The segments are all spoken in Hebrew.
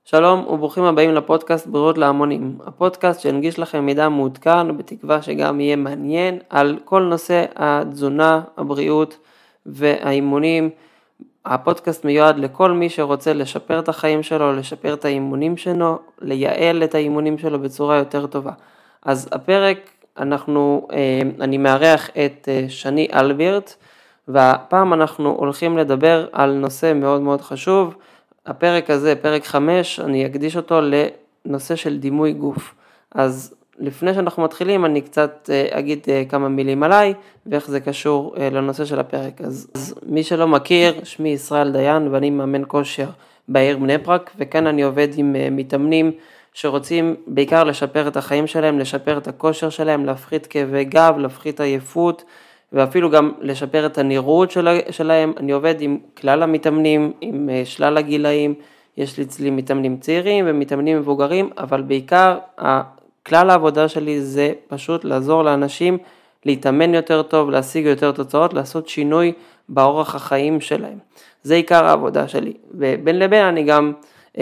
שלום וברוכים הבאים לפודקאסט בריאות להמונים, הפודקאסט שינגיש לכם מידע מעודכן בתקווה שגם יהיה מעניין על כל נושא התזונה, הבריאות והאימונים. הפודקאסט מיועד לכל מי שרוצה לשפר את החיים שלו, לשפר את האימונים שלו, לייעל את האימונים שלו בצורה יותר טובה. אז הפרק אני מארח את שני אלברט, והפעם אנחנו הולכים לדבר על נושא מאוד מאוד חשוב. הפרק הזה, פרק 5, אני אקדיש אותו לנושא של דימוי גוף. אז לפני שאנחנו מתחילים, אני קצת אגיד כמה מילים עליי, ואיך זה קשור לנושא של הפרק. אז מי שלא מכיר, שמי ישראל דיין, ואני מאמן כושר בעיר בני ברק, וכאן אני עובד עם מתאמנים שרוצים בעיקר לשפר את החיים שלהם, לשפר את הכושר שלהם, להפחית כאבי גב, להפחית עייפות, ואפילו גם לשפר את הנראות שלהם. אני עובד עם כלל המתאמנים, עם שלל הגילאים, יש לי אצלי מתאמנים צעירים ומתאמנים מבוגרים, אבל בעיקר כלל העבודה שלי זה פשוט לעזור לאנשים להתאמן יותר טוב, להשיג יותר תוצאות, לעשות שינוי באורח החיים שלהם. זה עיקר העבודה שלי, ובין לבין אני גם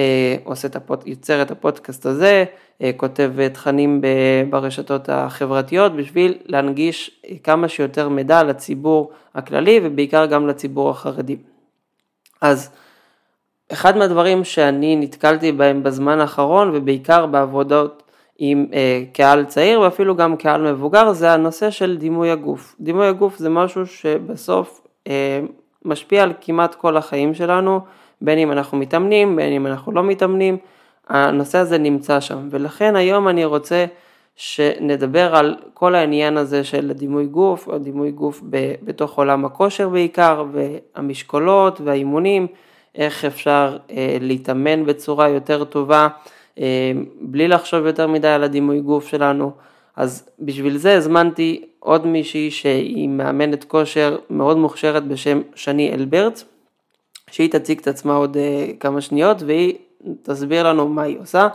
יוצר את הפודקאסט הזה, כותב תכנים ברשתות החברתיות בשביל להנגיש כמה שיותר מידע לציבור הכללי ובעיקר גם לציבור החרדי. אז אחד מהדברים שאני נתקלתי בהם בזמן האחרון ובעיקר בעבודות עם קהל צעיר ואפילו גם קהל מבוגר, זה הנושא של דימוי הגוף. דימוי הגוף זה משהו שבסוף משפיע על כמעט כל החיים שלנו, בין אם אנחנו מתאמנים, בין אם אנחנו לא מתאמנים, הנושא הזה נמצא שם. ולכן היום אני רוצה שנדבר על כל העניין הזה של דימוי גוף, או דימוי גוף בתוך עולם הכושר בעיקר, והמשקולות והאימונים, איך אפשר להתאמן בצורה יותר טובה, בלי לחשוב יותר מדי על הדימוי גוף שלנו. אז בשביל זה הזמנתי עוד מישהי שהיא מאמנת כושר מאוד מוכשרת בשם שני אלברט, שהיא תציג את עצמה עוד כמה שניות והיא תסביר לנו מה היא עושה,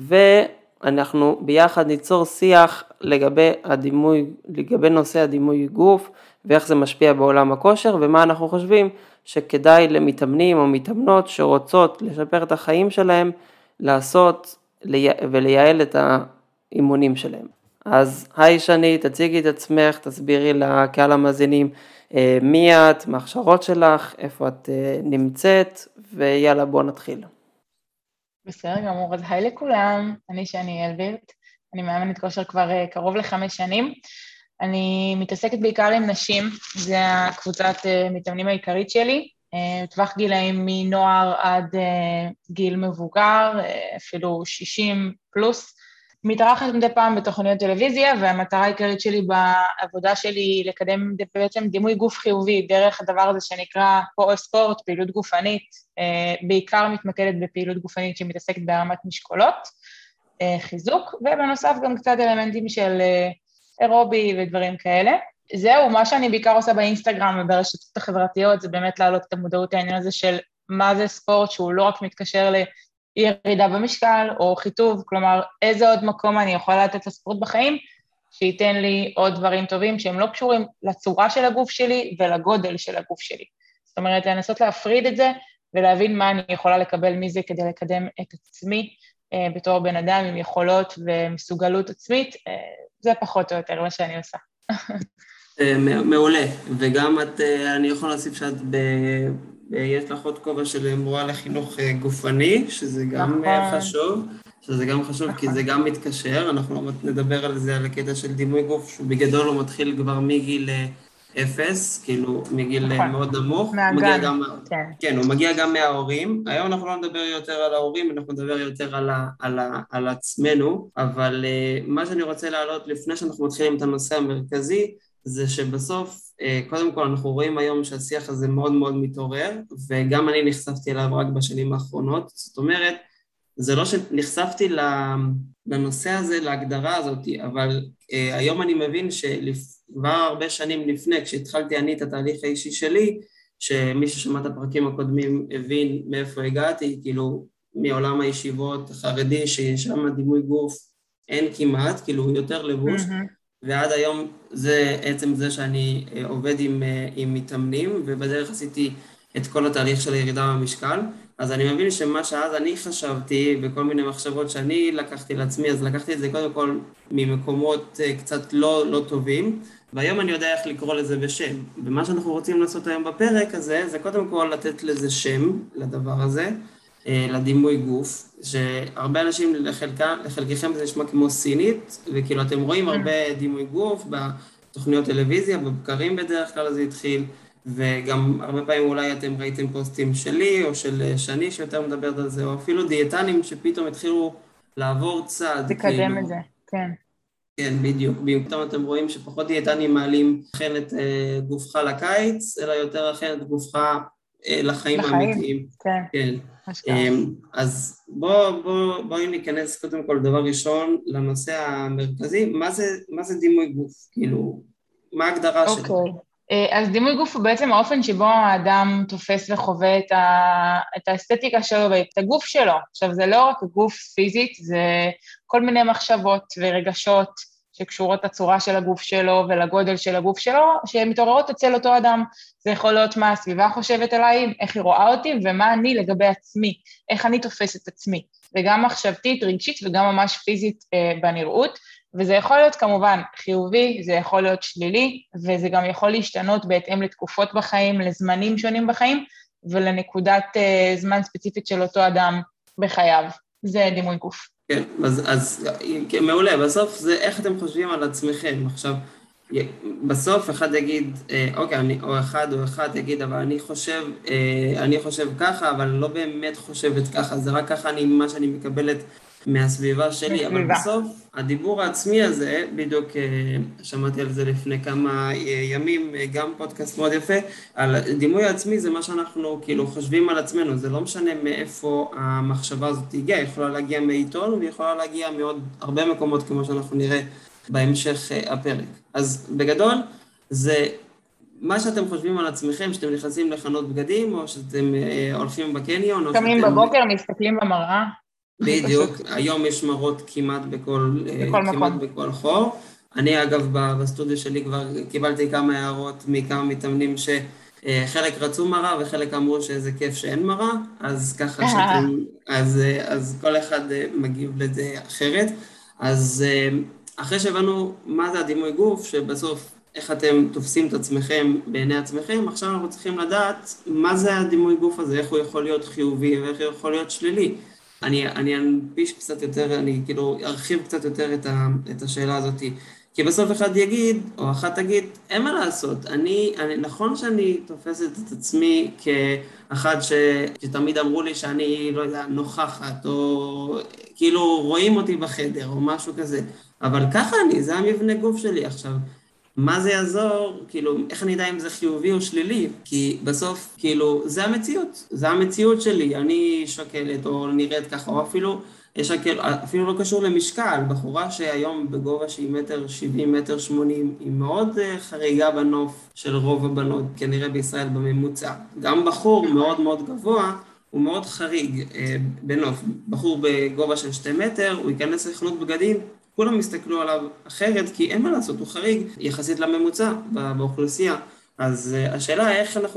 ואנחנו ביחד ניצור שיח לגבי נושא הדימוי גוף ואיך זה משפיע בעולם הכושר, ומה אנחנו חושבים שכדאי למתאמנים או מתאמנות שרוצות לשפר את החיים שלהם לעשות ולייעל את האימונים שלהם. אז היי שני, תציגי את עצמך, תסבירי לקהל המאזינים מי את, מה ההכשרות שלך, איפה את נמצאת, ויאללה בוא נתחיל. בסדר גמור, אז היי לכולם, אני שני אלברט, אני מאמנת כושר כבר קרוב ל5 שנים, אני מתעסקת בעיקר עם נשים, זה הקבוצת מתאמנים העיקרית שלי, טווח גילאים מנוער עד גיל מבוגר, אפילו 60 פלוס, מתארחת מדי פעם בתוכניות טלוויזיה, והמטרה העיקרית שלי בעבודה שלי היא לקדם בעצם דימוי גוף חיובי, דרך הדבר הזה שנקרא ספורט, פעילות גופנית, בעיקר מתמקדת בפעילות גופנית שמתעסקת בהרמת משקולות, חיזוק, ובנוסף גם קצת אלמנטים של אירובי ודברים כאלה. זהו, מה שאני בעיקר עושה באינסטגרם וברשתות החברתיות, זה באמת להעלות את המודעות העניין הזה של מה זה ספורט, שהוא לא רק מתקשר ירידה במשקל או חיטוב, כלומר איזה עוד מקום אני יכולה לתת לספורט בחיים, שייתן לי עוד דברים טובים שהם לא קשורים לצורה של הגוף שלי ולגודל של הגוף שלי. זאת אומרת, לנסות להפריד את זה ולהבין מה אני יכולה לקבל מזה כדי לקדם את עצמי בתור בן אדם עם יכולות ומסוגלות עצמית, זה פחות או יותר מה שאני עושה. מעולה, וגם אני יכול להוסיף שאת יש לך עוד כובע של מורה לחינוך גופני, שזה גם חשוב, כי זה גם מתקשר, אנחנו נדבר על זה, על הקטע של דימוי גוף, שהוא בגדול הוא מתחיל כבר מגיל 0, כאילו מגיל מאוד נמוך, כן, הוא מגיע גם מההורים. היום אנחנו לא נדבר יותר על ההורים, אנחנו נדבר יותר על עצמנו, אבל מה שאני רוצה להעלות לפני שאנחנו מתחילים את הנושא המרכזי, זה שבסוף, קודם כל אנחנו רואים היום שהשיח הזה מאוד מאוד מתעורר, וגם אני נחשפתי אליו רק בשנים האחרונות. זאת אומרת, זה לא שנחשפתי לנושא הזה, להגדרה הזאת, אבל היום אני מבין שכבר הרבה שנים לפני, כשהתחלתי אני את התהליך האישי שלי, שמי ששמע את הפרקים הקודמים הבין מאיפה הגעתי, כאילו מעולם הישיבות החרדי, ששם דימוי גוף אין כמעט, כאילו יותר לבוש, ועד היום זה עצם זה שאני עובד עם מתאמנים, ובדרך עשיתי את כל התהליך של הירידה במשקל. אז אני מבין שמה שאז אני חשבתי, בכל מיני מחשבות שאני לקחתי לעצמי, אז לקחתי את זה קודם כל ממקומות קצת לא טובים, והיום אני יודע איך לקרוא לזה בשם. ומה שאנחנו רוצים לעשות היום בפרק הזה, זה קודם כל לתת לזה שם, לדבר הזה, לדימוי גוף, שהרבה אנשים לחלקכם זה נשמע כמו סינית, וכאילו אתם רואים הרבה דימוי גוף בתוכניות טלוויזיה, בבקרים בדרך כלל זה התחיל, וגם הרבה פעמים אולי אתם ראיתם פוסטים שלי או של שני שיותר מדברת על זה, או אפילו דיאטנים שפתאום התחילו לעבור צד, לקדם את כאילו, זה, כן. כן, בדיוק. פתאום אתם רואים שפחות דיאטנים מעלים אכן את גופך לקיץ, אלא יותר אכן את גופך לחיים לחיים, האמיתיים. כן, כן. השקעה. אז בואי ניכנס קודם כל דבר ראשון לנושא המרכזי, מה זה דימוי גוף? כאילו, מה ההגדרה שלו? אוקיי. אז דימוי גוף הוא בעצם האופן שבו האדם תופס וחווה את האסתטיקה שלו ואת הגוף שלו. עכשיו, זה לא רק גוף פיזית, זה כל מיני מחשבות ורגשות שקשורות לצורה של הגוף שלו ולגודל של הגוף שלו, שמתעוררות אצל אותו אדם. זה יכול להיות מה הסביבה חושבת עליי, איך היא רואה אותי, ומה אני לגבי עצמי, איך אני תופס את עצמי. וגם מחשבתית, רגשית וגם ממש פיזית בנראות. וזה יכול להיות כמובן חיובי, זה יכול להיות שלילי, וזה גם יכול להשתנות בהתאם לתקופות בחיים, לזמנים שונים בחיים, ולנקודת זמן ספציפית של אותו אדם בחייו. זה דימוי גוף. כן, אז מעולה, בסוף זה איך אתם חושבים על עצמכם. עכשיו, בסוף אחד יגיד, אוקיי, או אחד יגיד, אבל אני חושב ככה, אבל לא באמת חושבת ככה, זה רק ככה מה שאני מקבלת מהסביבה שלי, אבל בסביבה. בסוף הדיבור העצמי הזה, בדיוק שמעתי על זה לפני כמה ימים, גם פודקאסט מאוד יפה, על דימוי העצמי זה מה שאנחנו כאילו חושבים על עצמנו, זה לא משנה מאיפה המחשבה הזאת הגיעה, היא יכולה להגיע מעיתון והיא יכולה להגיע מעוד הרבה מקומות כמו שאנחנו נראה בהמשך הפרק. אז בגדול זה מה שאתם חושבים על עצמכם, שאתם נכנסים לחנות בגדים או שאתם הולכים בקניון או קמים שאתם... בבוקר, מסתכלים במראה, בדיוק, פשוט היום יש מראות בכל כמעט מקום. בכל חור. אני אגב בסטודיו שלי כבר קיבלתי כמה הערות מכמה מתאמנים שחלק רצו מראה וחלק אמרו שזה כיף שאין מראה, אז ככה אז כל אחד מגיב לזה אחרת. אז אחרי שהבנו מה זה הדימוי גוף, שבסוף איך אתם תופסים את עצמכם בעיני עצמכם, עכשיו אנחנו צריכים לדעת מה זה הדימוי גוף הזה, איך הוא יכול להיות חיובי ואיך הוא יכול להיות שלילי. אני אנפיש קצת יותר, אני כאילו ארחיב קצת יותר את השאלה הזאת, כי בסוף אחד יגיד, או אחת תגיד, אין מה לעשות, נכון שאני תופסת את עצמי כאחד שתמיד אמרו לי שאני, לא יודע, נוכחת, או כאילו רואים אותי בחדר, או משהו כזה, אבל ככה זה המבנה גוף שלי עכשיו. מה זה יעזור, כאילו, איך אני יודע אם זה חיובי או שלילי? כי בסוף, כאילו, זה המציאות שלי, אני שוקלת או נראית ככה, או אפילו לא קשור למשקל, בחורה שהיום בגובה שהיא 1.70 מטר 80, היא מאוד חריגה בנוף של רוב הבנות, כנראה בישראל בממוצע. גם בחור מאוד מאוד גבוה, הוא מאוד חריג בנוף. בחור בגובה של 2 מטר, הוא ייכנס לחנות בגדים, כולם מסתכלו עליו אחרת, כי אין מה לעשות, הוא חריג יחסית לממוצע באוכלוסייה. אז השאלה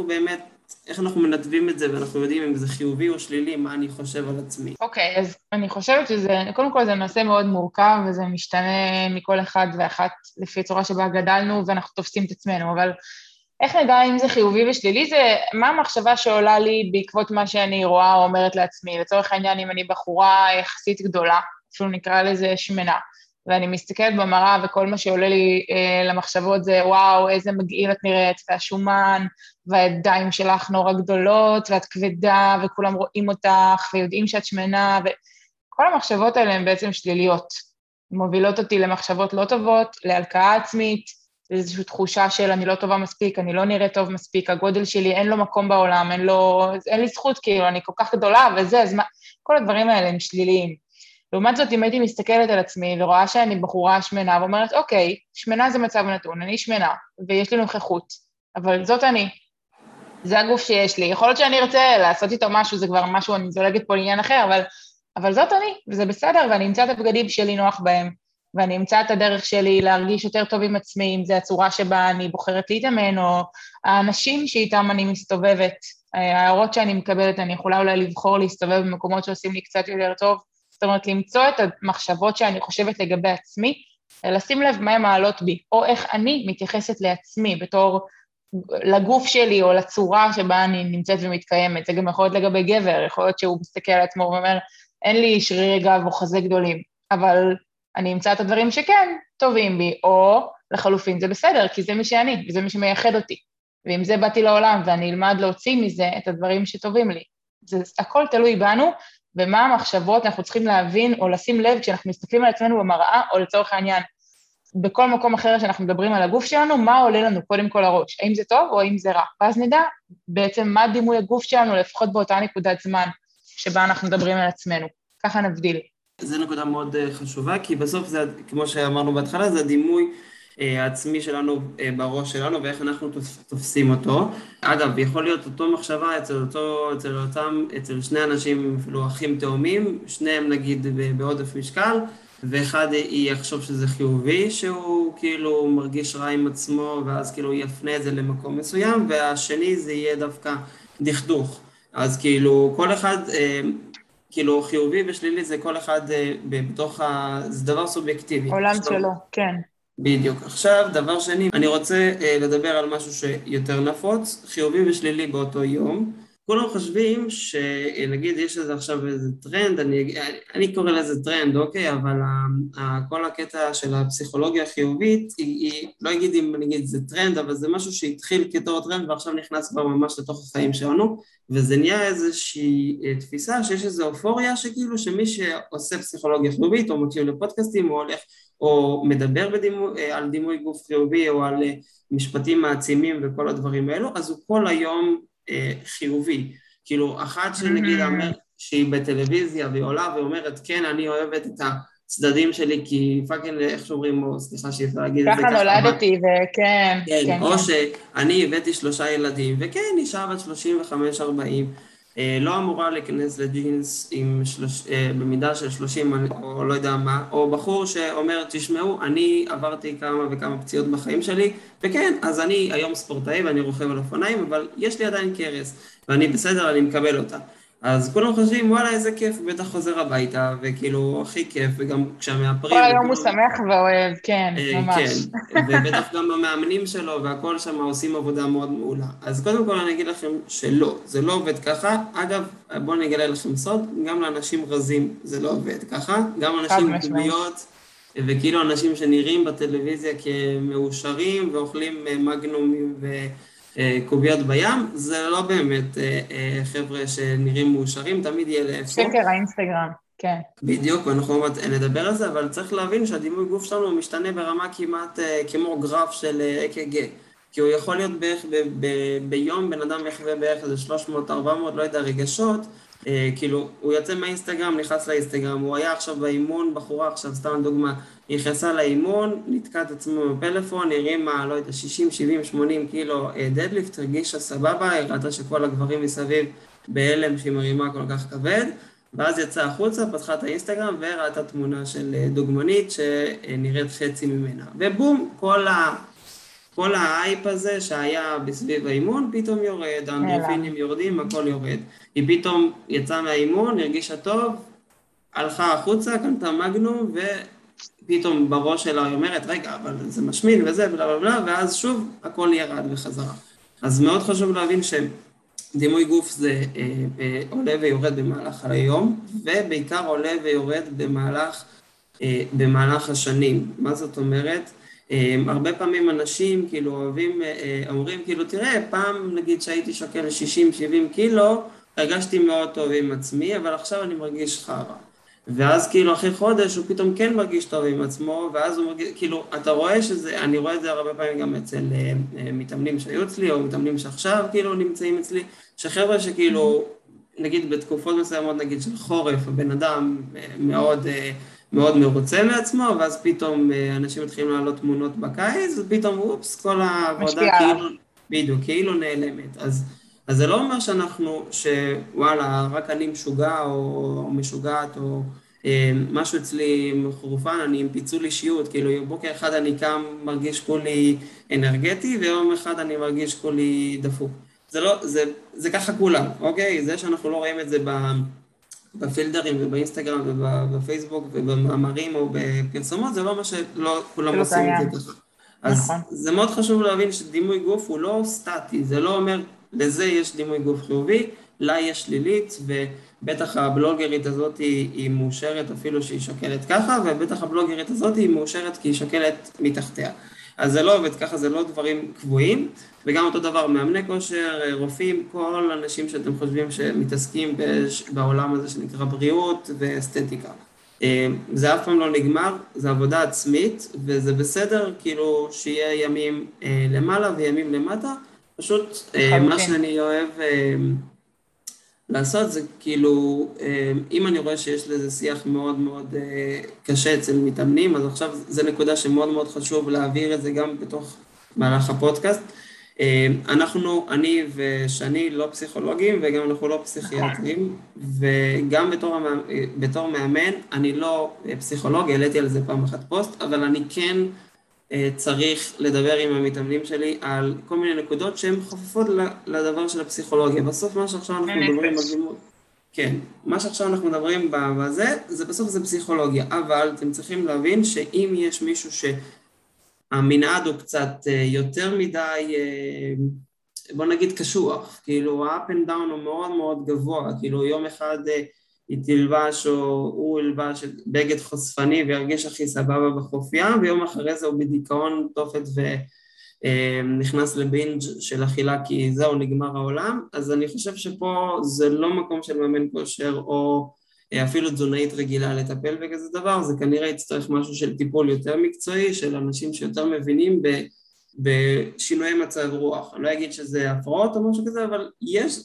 איך אנחנו מנתבים את זה, ואנחנו יודעים אם זה חיובי או שלילי, מה אני חושב על עצמי. אוקיי, אז אני חושבת קודם כל זה נושא מאוד מורכב, וזה משתנה מכל אחד ואחת לפי הצורה שבה גדלנו, ואנחנו תופסים את עצמנו, אבל איך נדע אם זה חיובי ושלילי? זה מה המחשבה שעולה לי בעקבות מה שאני רואה או אומרת לעצמי. לצורך העניין, אם אני בחורה יחסית גדולה, אפילו נקרא לזה שמנה, ואני מסתכלת במראה וכל מה שעולה לי למחשבות זה, וואו, איזה מגעיל את נראית, והשומן, והידיים שלך נורא גדולות, ואת כבדה, וכולם רואים אותך, ויודעים שאת שמנה, וכל המחשבות האלה הן בעצם שליליות. מובילות אותי למחשבות לא טובות, להלקאה עצמית, איזושהי תחושה של אני לא טובה מספיק, אני לא נראית טוב מספיק, הגודל שלי אין לו מקום בעולם, אין לי זכות, כאילו, אני כל כך גדולה, וזה, אז מה, כל הדברים האלה הם שליליים. לעומת זאת, אם הייתי מסתכלת על עצמי ורואה שאני בחורה שמנה, ואומרת, אוקיי, שמנה זה מצב נתון, אני שמנה, ויש לי נוכחות, אבל זאת אני, זה הגוף שיש לי. יכול להיות שאני ארצה לעשות איתו משהו, זה כבר משהו, אני זולגת פה לעניין אחר, אבל זאת אני, וזה בסדר, ואני אמצא את הבגדים שלי נוח בהם, ואני אמצא את הדרך שלי להרגיש יותר טוב עם עצמי, אם זה הצורה שבה אני בוחרת להתאמן, או האנשים שאיתם אני מסתובבת. ההערות שאני מקבלת, אני יכולה אולי לבחור להסתובב במקומות שעושים לי קצת יותר טוב, זאת אומרת, למצוא את המחשבות שאני חושבת לגבי עצמי, לשים לב מה הן מעלות בי, או איך אני מתייחסת לעצמי בתור לגוף שלי או לצורה שבה אני נמצאת ומתקיימת. זה גם יכול להיות לגבי גבר, יכול להיות שהוא מסתכל על עצמו ואומר, אין לי שרירי גב או חזה גדולים, אבל אני אמצא את הדברים שכן טובים בי, או לחלופין זה בסדר, כי זה מי שאני, וזה מי שמייחד אותי. ועם זה באתי לעולם, ואני אלמד להוציא מזה את הדברים שטובים לי. זה הכל תלוי בנו, ומה המחשבות אנחנו צריכים להבין או לשים לב כשאנחנו מסתכלים על עצמנו במראה, או לצורך העניין, בכל מקום אחר שאנחנו מדברים על הגוף שלנו, מה עולה לנו קודם כל הראש, האם זה טוב או האם זה רע. ואז נדע בעצם מה דימוי הגוף שלנו, לפחות באותה נקודת זמן שבה אנחנו מדברים על עצמנו. ככה נבדיל. זו נקודה מאוד חשובה, כי בסוף זה, כמו שאמרנו בהתחלה, זה הדימוי העצמי שלנו בראש שלנו, ואיך אנחנו תופסים אותו. אגב, יכול להיות אותו מחשבה אצל שני אנשים אפילו אחים תאומים, שניהם נגיד בעודף משקל, ואחד יחשוב שזה חיובי, שהוא כאילו מרגיש רע עם עצמו, ואז כאילו יפנה את זה למקום מסוים, והשני זה יהיה דווקא דכדוך. אז כאילו כל אחד, כאילו חיובי ושלילי זה כל אחד בתוך זה דבר סובייקטיבי. עולם שלו, כן. בדיוק. עכשיו, דבר שני, אני רוצה לדבר על משהו שיותר נפוץ, חיובי ושלילי באותו יום. כולם חושבים שנגיד יש לזה עכשיו איזה טרנד, אני קורא לזה טרנד, אוקיי, אבל כל הקטע של הפסיכולוגיה החיובית, היא לא אגיד אם נגיד זה טרנד, אבל זה משהו שהתחיל כתור טרנד ועכשיו נכנס כבר ממש לתוך החיים שלנו, וזה נהיה איזושהי תפיסה שיש איזו אופוריה שכאילו שמי שעושה פסיכולוגיה חיובית או מקשיב לפודקאסטים או הולך או מדבר על דימוי גוף חיובי או על משפטים מעצימים וכל הדברים האלו, אז הוא כל היום חיובי. כאילו, אחת שנגיד אומרת שהיא בטלוויזיה והיא עולה ואומרת, כן, אני אוהבת את הצדדים שלי, כי פאקינג, איך שאומרים, או סליחה שאפשר להגיד את זה ככה נולדתי, וכן. כן, או שאני הבאתי 3 ילדים, וכן, אישה בת 35-40, לא אמורה להיכנס לג'ינס במידה של 30 או לא יודע מה, או בחור שאומר, תשמעו, אני עברתי כמה וכמה פציעות בחיים שלי, וכן, אז אני היום ספורטאי ואני רוכב על אופניים, אבל יש לי עדיין קרס, ואני בסדר, אני מקבל אותה. אז כולם חושבים, וואלה, איזה כיף, הוא בטח חוזר הביתה, וכאילו, הכי כיף, וגם כשהמאפרים... כל היום הוא שמח ואוהב, כן, ממש. כן, ובטח גם המאמנים שלו, והכל שם עושים עבודה מאוד מעולה. אז קודם כל אני אגיד לכם שלא, זה לא עובד ככה. אגב, בואו נגלה לכם סוד, גם לאנשים רזים זה לא עובד ככה. גם אנשים קוביות, וכאילו אנשים שנראים בטלוויזיה כמאושרים, ואוכלים מגנומים קוביות בים, זה לא באמת חבר'ה שנראים מאושרים, תמיד יהיה לאיפה. שקר האינסטגרם, כן. בדיוק, ואנחנו נדבר על זה, אבל צריך להבין שהדימוי גוף שלנו משתנה ברמה כמעט כמו גרף של אק"ג, כי הוא יכול להיות בערך ביום, בן אדם יחווה בערך איזה 300-400, לא יודע, רגשות, כאילו, הוא יוצא מהאינסטגרם, נכנס לאינסטגרם, הוא היה עכשיו באימון, בחורה עכשיו, סתם דוגמה, נכנסה לאימון, נתקע את עצמו בפלאפון, הרימה, לא יודע, 60, 70, 80 קילו דדליפט, הרגישה סבבה, הראתה שכל הגברים מסביב בהלם שהיא מרימה כל כך כבד, ואז יצאה החוצה, פתחה את האינסטגרם וראתה תמונה של דוגמנית שנראית חצי ממנה. ובום, כל האייפ הזה שהיה בסביב האימון פתאום יורד, האנדרופינים יורדים, הכל יורד. היא פתאום יצאה מהאימון, הרגישה טוב, הלכה החוצה, קנתה מגנום, ופתאום בראש שלה היא אומרת, רגע, אבל זה משמין וזה, בלה בלה בלה, ואז שוב הכל ירד בחזרה. אז מאוד חשוב להבין שדימוי גוף זה עולה ויורד במהלך היום, ובעיקר עולה ויורד במהלך השנים. מה זאת אומרת? הרבה פעמים אנשים כאילו אומרים כאילו תראה, פעם נגיד שהייתי שוקל 60-70 קילו, הרגשתי מאוד טוב עם עצמי, אבל עכשיו אני מרגיש חרא. ואז כאילו אחרי חודש הוא פתאום כן מרגיש טוב עם עצמו, ואז הוא מרגיש, כאילו אתה רואה שזה, אני רואה את זה הרבה פעמים גם אצל מתאמנים שהיו אצלי, או מתאמנים שעכשיו כאילו נמצאים אצלי, שחבר'ה שכאילו, נגיד בתקופות מסוימות נגיד של חורף, הבן אדם מאוד מאוד מרוצה מעצמו, ואז פתאום אנשים מתחילים לעלות תמונות בקיץ, ופתאום אופס, כל העבודה כאילו נעלמת. אז זה לא אומר שוואלה, רק אני משוגע או משוגעת, או משהו אצלי מחורפן, אני עם פיצול אישיות, כאילו בוקר אחד אני קם מרגיש כולי אנרגטי, ויום אחד אני מרגיש כולי דפוק. זה ככה כולם, אוקיי? זה שאנחנו לא רואים את זה בפילדרים ובאינסטגרם ובפייסבוק ובמאמרים או בפרסומות, זה לא מה שלא כולם שלא עושים את זה קיים, ככה. אז נכון. זה מאוד חשוב להבין שדימוי גוף הוא לא סטטי, זה לא אומר לזה יש דימוי גוף חיובי, לה יש שלילית, ובטח הבלוגרית הזאת היא מאושרת אפילו שהיא שוקלת ככה, ובטח הבלוגרית הזאת היא מאושרת כי היא שוקלת מתחתיה. אז זה לא עובד ככה, זה לא דברים קבועים, וגם אותו דבר מאמני כושר, רופאים, כל אנשים שאתם חושבים שמתעסקים בעולם הזה שנקרא בריאות ואסתטיקה. זה אף פעם לא נגמר, זה עבודה עצמית, וזה בסדר כאילו שיהיה ימים למעלה וימים למטה, פשוט מה לחלוטין. שאני אוהב לעשות זה כאילו, אם אני רואה שיש לזה שיח מאוד מאוד קשה אצל מתאמנים, אז עכשיו זה נקודה שמאוד מאוד חשוב להעביר את זה גם בתוך מהלך הפודקאסט. אני ושני לא פסיכולוגים וגם אנחנו לא נכון. פסיכיאטרים, וגם בתור מאמן אני לא פסיכולוג, העליתי על זה פעם אחת פוסט, אבל אני כן צריך לדבר עם המתאמנים שלי על כל מיני נקודות שהן חופפות לדבר של הפסיכולוגיה. בסוף מה שעכשיו אנחנו מדברים על נפש. דימוי, כן, מה שעכשיו אנחנו מדברים בזה, זה בסוף זה פסיכולוגיה, אבל אתם צריכים להבין שאם יש מישהו שהמנעד הוא קצת יותר מדי, בוא נגיד קשוח, כאילו ה-up and down הוא מאוד מאוד גבוה, כאילו יום אחד היא תלבש או הוא ילבש בגד חושפני וירגיש הכי סבבה בחוף ים, ויום אחרי זה הוא בדיכאון תופת ונכנס לבינג' של אכילה כי זהו נגמר העולם. אז אני חושב שפה זה לא מקום של מאמן כושר או אפילו תזונאית רגילה לטפל בכזה דבר, זה כנראה יצטרך משהו של טיפול יותר מקצועי, של אנשים שיותר מבינים בשינויי מצב רוח. אני לא אגיד שזה הפרעות או משהו כזה, אבל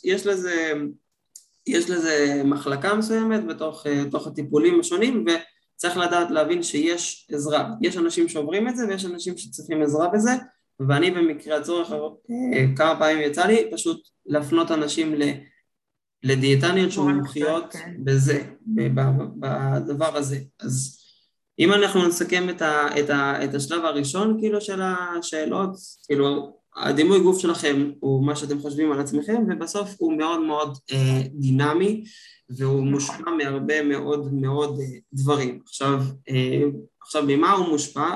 יש לזה מחלקה מסוימת בתוך הטיפולים השונים, וצריך לדעת להבין שיש עזרה. יש אנשים שעוברים את זה ויש אנשים שצריכים עזרה בזה, ואני במקרה הצורך כמה פעמים יצא לי פשוט להפנות אנשים לדיאטניות גורם מקצועי, שמומחיות כן. בזה, בדבר הזה. אז אם אנחנו נסכם את השלב הראשון כאילו של השאלות, כאילו הדימוי גוף שלכם הוא מה שאתם חושבים על עצמכם, ובסוף הוא מאוד מאוד דינמי, והוא נכון. מושפע מהרבה מאוד מאוד דברים. עכשיו ממה הוא מושפע?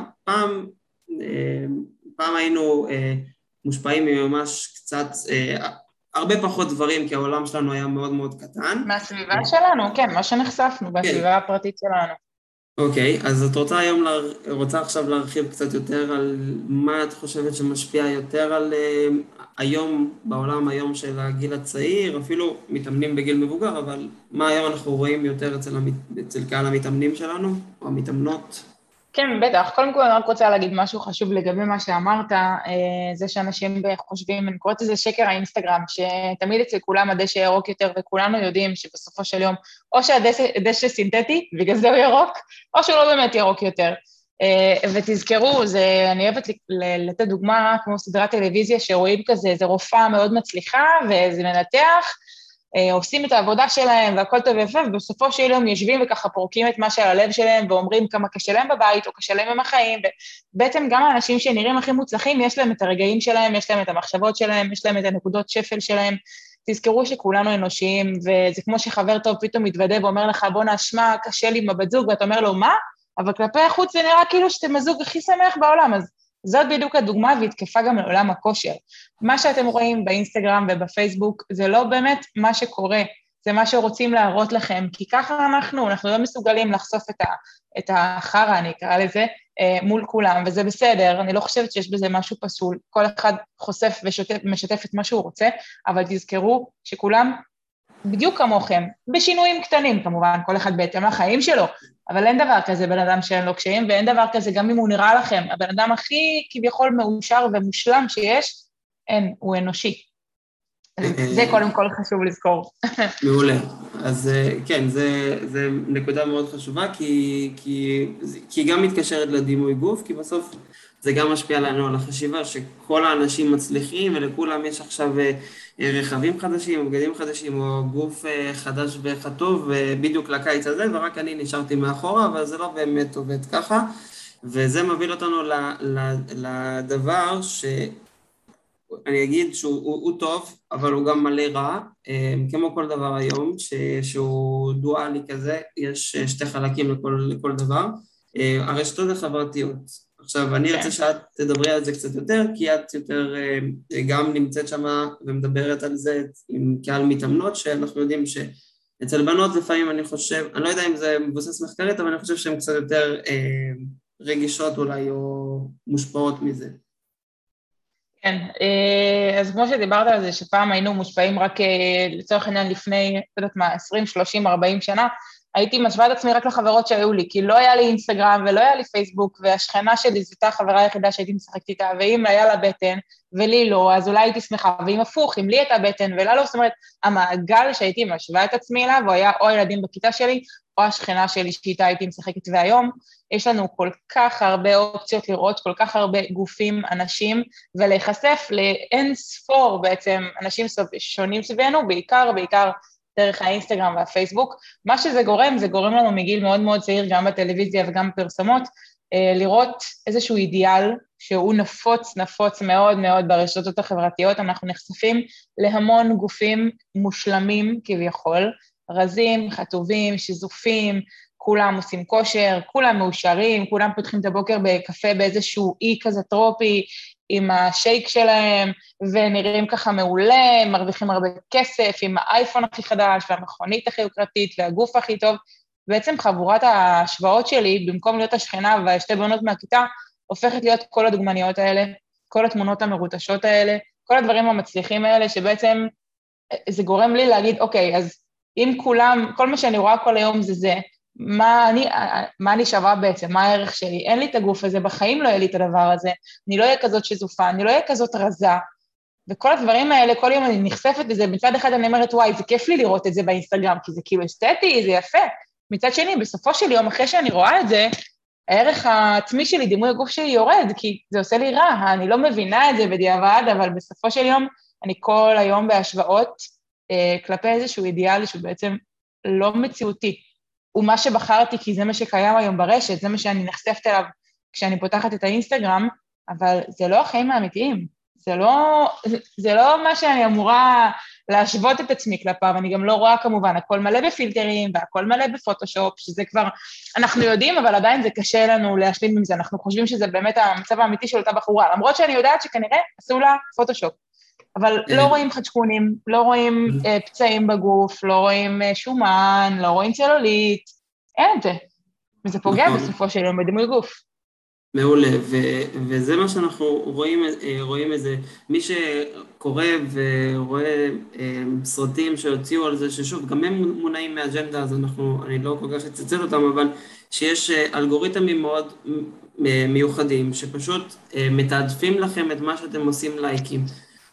פעם היינו מושפעים ממש קצת, הרבה פחות דברים, כי העולם שלנו היה מאוד מאוד קטן. מהסביבה שלנו, כן, מה שנחשפנו, כן. בסביבה הפרטית שלנו. אוקיי, אז את רוצה עכשיו להרחיב קצת יותר על מה את חושבת שמשפיע יותר על היום, בעולם היום של הגיל הצעיר, אפילו מתאמנים בגיל מבוגר, אבל מה היום אנחנו רואים יותר אצל קהל המתאמנים שלנו, או המתאמנות? כן, בטח. קודם כל אני רק רוצה להגיד משהו חשוב לגבי מה שאמרת, זה שאנשים חושבים, אני קוראת לזה שקר האינסטגרם, שתמיד אצל כולם הדשא ירוק יותר, וכולנו יודעים שבסופו של יום, או שהדשא סינתטי, בגלל זה הוא ירוק, או שהוא לא באמת ירוק יותר. ותזכרו, אני אוהבת לתת דוגמה כמו סדרת טלוויזיה, שרואים כזה, איזו רופאה מאוד מצליחה, ואיזה מנתח, עושים את העבודה שלהם והכל טוב ויפה, ובסופו של יום יושבים וככה פורקים את מה שעל הלב שלהם, ואומרים כמה קשה להם בבית או קשה להם עם החיים, ובעצם גם האנשים שנראים הכי מוצלחים, יש להם את הרגעים שלהם, יש להם את המחשבות שלהם, יש להם את הנקודות שפל שלהם. תזכרו שכולנו אנושיים, וזה כמו שחבר טוב פתאום מתוודה ואומר לך, בוא נשמע, קשה לי עם הבת זוג, ואתה אומר לו, מה? אבל כלפי החוץ זה נראה כאילו שאתם הזוג הכי שמח בעולם, אז זאת בדיוק הדוגמה, והיא תקפה גם לעולם הכושר. מה שאתם רואים באינסטגרם ובפייסבוק, זה לא באמת מה שקורה, זה מה שרוצים להראות לכם, כי ככה אנחנו לא מסוגלים לחשוף את החרא, אני אקרא לזה, מול כולם, וזה בסדר, אני לא חושבת שיש בזה משהו פסול, כל אחד חושף ומשתף את מה שהוא רוצה, אבל תזכרו שכולם בדיוק כמוכם, בשינויים קטנים כמובן, כל אחד בהתאם לחיים שלו, אבל אין דבר כזה בן אדם שאין לו קשיים, ואין דבר כזה גם אם הוא נראה לכם, הבן אדם הכי כביכול מאושר ומושלם שיש, אין, הוא אנושי. זה קודם כל חשוב לזכור. מעולה. אז כן, זה נקודה מאוד חשובה, כי היא גם מתקשרת לדימוי גוף, כי בסוף זה גם משפיע לנו על החשיבה, שכל האנשים מצליחים, ולכולם יש עכשיו רכבים חדשים, או בגדים חדשים, או גוף חדש וכתוב, בדיוק לקיץ הזה, ורק אני נשארתי מאחורה, אבל זה לא באמת עובד ככה, וזה מביא אותנו לדבר אני אגיד שהוא טוב, אבל הוא גם מלא רע, כמו כל דבר היום, שהוא דואלי כזה, יש שתי חלקים לכל דבר. הרשתות החברתיות. עכשיו, אני רוצה כן. שאת תדברי על זה קצת יותר, כי את יותר גם נמצאת שמה ומדברת על זה עם קהל מתאמנות, שאנחנו יודעים שאצל בנות לפעמים אני חושב, אני לא יודע אם זה מבוסס מחקרית, אבל אני חושב שהן קצת יותר רגישות אולי, או מושפעות מזה. כן, אז כמו שדיברת על זה, שפעם היינו מושפעים רק לצורך העניין לפני, לא יודעת מה, 20, 30, 40 שנה, הייתי משווה את עצמי רק לחברות שהיו לי, כי לא היה לי אינסטגרם ולא היה לי פייסבוק, והשכנה שלי זו הייתה החברה היחידה שהייתי משחקת איתה, ואם היה לה בטן ולי לא, אז אולי הייתי שמחה, ואם הפוך, אם לי הייתה בטן ולה לא, זאת אומרת, המעגל שהייתי משווה את עצמי אליו, הוא היה או הילדים בכיתה שלי, או השכנה שלי שאיתה הייתי משחקת, והיום יש לנו כל כך הרבה אופציות לראות, כל כך הרבה גופים, אנשים, ולהיחשף לאין ספור בעצם אנשים שונים סביבנו, בעיקר דרך האינסטגרם והפייסבוק. מה שזה גורם, זה גורם לנו מגיל מאוד מאוד צעיר, גם בטלוויזיה וגם בפרסומות, לראות איזשהו אידיאל שהוא נפוץ מאוד מאוד ברשתות החברתיות. אנחנו נחשפים להמון גופים מושלמים כביכול, רזים, חטובים, שזופים, כולם עושים כושר, כולם מאושרים, כולם פותחים את הבוקר בקפה באיזשהו אי כזה טרופי, עם השייק שלהם, ונראים ככה מעולה, מרוויחים הרבה כסף, עם האייפון הכי חדש, והמכונית הכי יוקרתית, והגוף הכי טוב. בעצם חבורת ההשוואות שלי, במקום להיות השכנה והשתי בנות מהכיתה, הופכת להיות כל הדוגמניות האלה, כל התמונות המרוטשות האלה, כל הדברים המצליחים האלה, שבעצם זה גורם לי להגיד, אוקיי, אז אם כולם, כל מה שאני רואה כל היום זה, מה אני שווה בעצם, מה הערך שלי? אין לי את הגוף הזה, בחיים לא יהיה לי את הדבר הזה, אני לא אהיה כזאת שזופה, אני לא אהיה כזאת רזה, וכל הדברים האלה, כל יום אני נחשפת לזה, מצד אחד אני אומרת, וואי, זה כיף לי לראות את זה באינסטגרם, כי זה כאילו אסתטי, זה יפה, מצד שני, בסופו של יום, אחרי שאני רואה את זה, הערך העצמי שלי, דימוי הגוף שלי יורד, כי זה עושה לי רע, אני לא מבינה את זה בדיעבד, אבל בסופו של יום, אני כל היום בהשוואות, כלפי איזשהו אידיאל שהוא בעצם לא מציאותי. הוא מה שבחרתי, כי זה מה שקיים היום ברשת, זה מה שאני נחשפת אליו כשאני פותחת את האינסטגרם, אבל זה לא החיים האמיתיים, זה לא מה שאני אמורה להשוות את עצמי כלפיו, אני גם לא רואה כמובן, הכל מלא בפילטרים, והכל מלא בפוטושופ, שזה כבר, אנחנו יודעים, אבל עדיין זה קשה לנו להשלים עם זה, אנחנו חושבים שזה באמת המצב האמיתי של אותה בחורה, למרות שאני יודעת שכנראה עשו לה פוטושופ. אבל לא רואים חדשקונים, לא רואים פצעים בגוף, לא רואים שומן, לא רואים צלולית, אין את זה. וזה פוגע בסופו של יום בדימוי גוף. מעולה, וזה מה שאנחנו רואים איזה, מי שקורא ורואה סרטים שהוציאו על זה, ששוב, גם הם מונעים מהאג'נדה, אז אני לא כל כך אצטט אותם, אבל שיש אלגוריתמים מאוד מיוחדים, שפשוט מתעדפים לכם את מה שאתם עושים לייקים.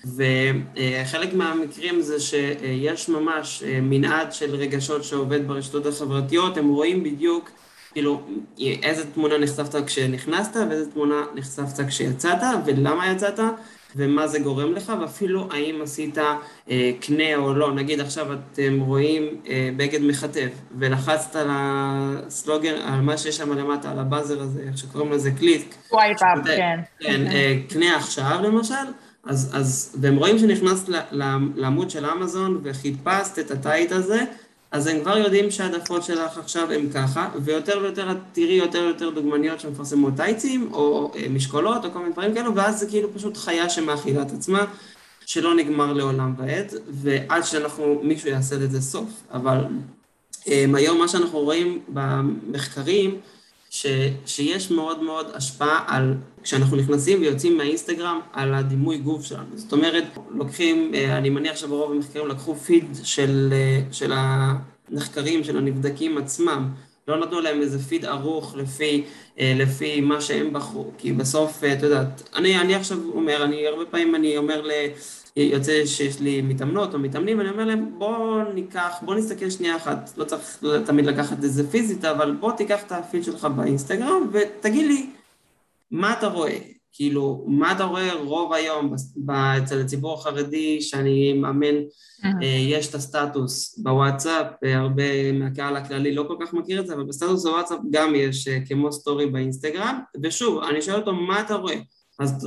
וחלק מהמקרים זה שיש ממש מנעד של רגשות שעובד ברשתות החברתיות, הם רואים בדיוק כאילו איזה תמונה נחשפת כשנכנסת ואיזה תמונה נחשפת כשיצאת ולמה יצאת ומה זה גורם לך, ואפילו האם עשית קנה או לא. נגיד עכשיו אתם רואים בגד מחטף ולחצת על הסלוגר, על מה שיש שם למטה, על הבאזר הזה, איך שקוראים לזה קליק. סווייפ אפ, כן. כן, קנה עכשיו למשל. והם רואים שנכנסת לעמוד של אמזון וחיפשת את הטייט הזה, אז הם כבר יודעים שהעדפות שלך עכשיו הם ככה, ויותר ויותר את תראי יותר ויותר דוגמניות שמפרסמות טייצים, או משקולות, או כל מיני דברים כאלו, ואז זה כאילו פשוט חיה שמאכילה את עצמה, שלא נגמר לעולם ועד, ועד מישהו יעשה לזה סוף. אבל היום מה שאנחנו רואים במחקרים, שיש מאוד מאוד השפעה על, כשאנחנו נכנסים ויוצאים מהאינסטגרם, על הדימוי גוף שלנו. זאת אומרת, לוקחים, אני מניח שברוב המחקרים לקחו פיד של הנחקרים, של הנבדקים עצמם, לא נתנו להם איזה פיד ערוך לפי מה שהם בחרו, כי בסוף, אתה יודעת, אני עכשיו אומר, הרבה פעמים אני אומר יוצא שיש לי מתאמנות או מתאמנים, אני אומר להם, בוא נסתכל שנייה אחת, לא צריך תמיד לקחת את זה פיזית, אבל בוא תיקח את הפיד שלך באינסטגרם, ותגיד לי, מה אתה רואה? כאילו, מה אתה רואה רוב היום אצל הציבור החרדי, שאני מאמן, יש את הסטטוס בוואטסאפ, הרבה מהקהל הכללי לא כל כך מכיר את זה, אבל בסטטוס בוואטסאפ גם יש כמו סטורי באינסטגרם, ושוב, אני שואל אותו, מה אתה רואה? אז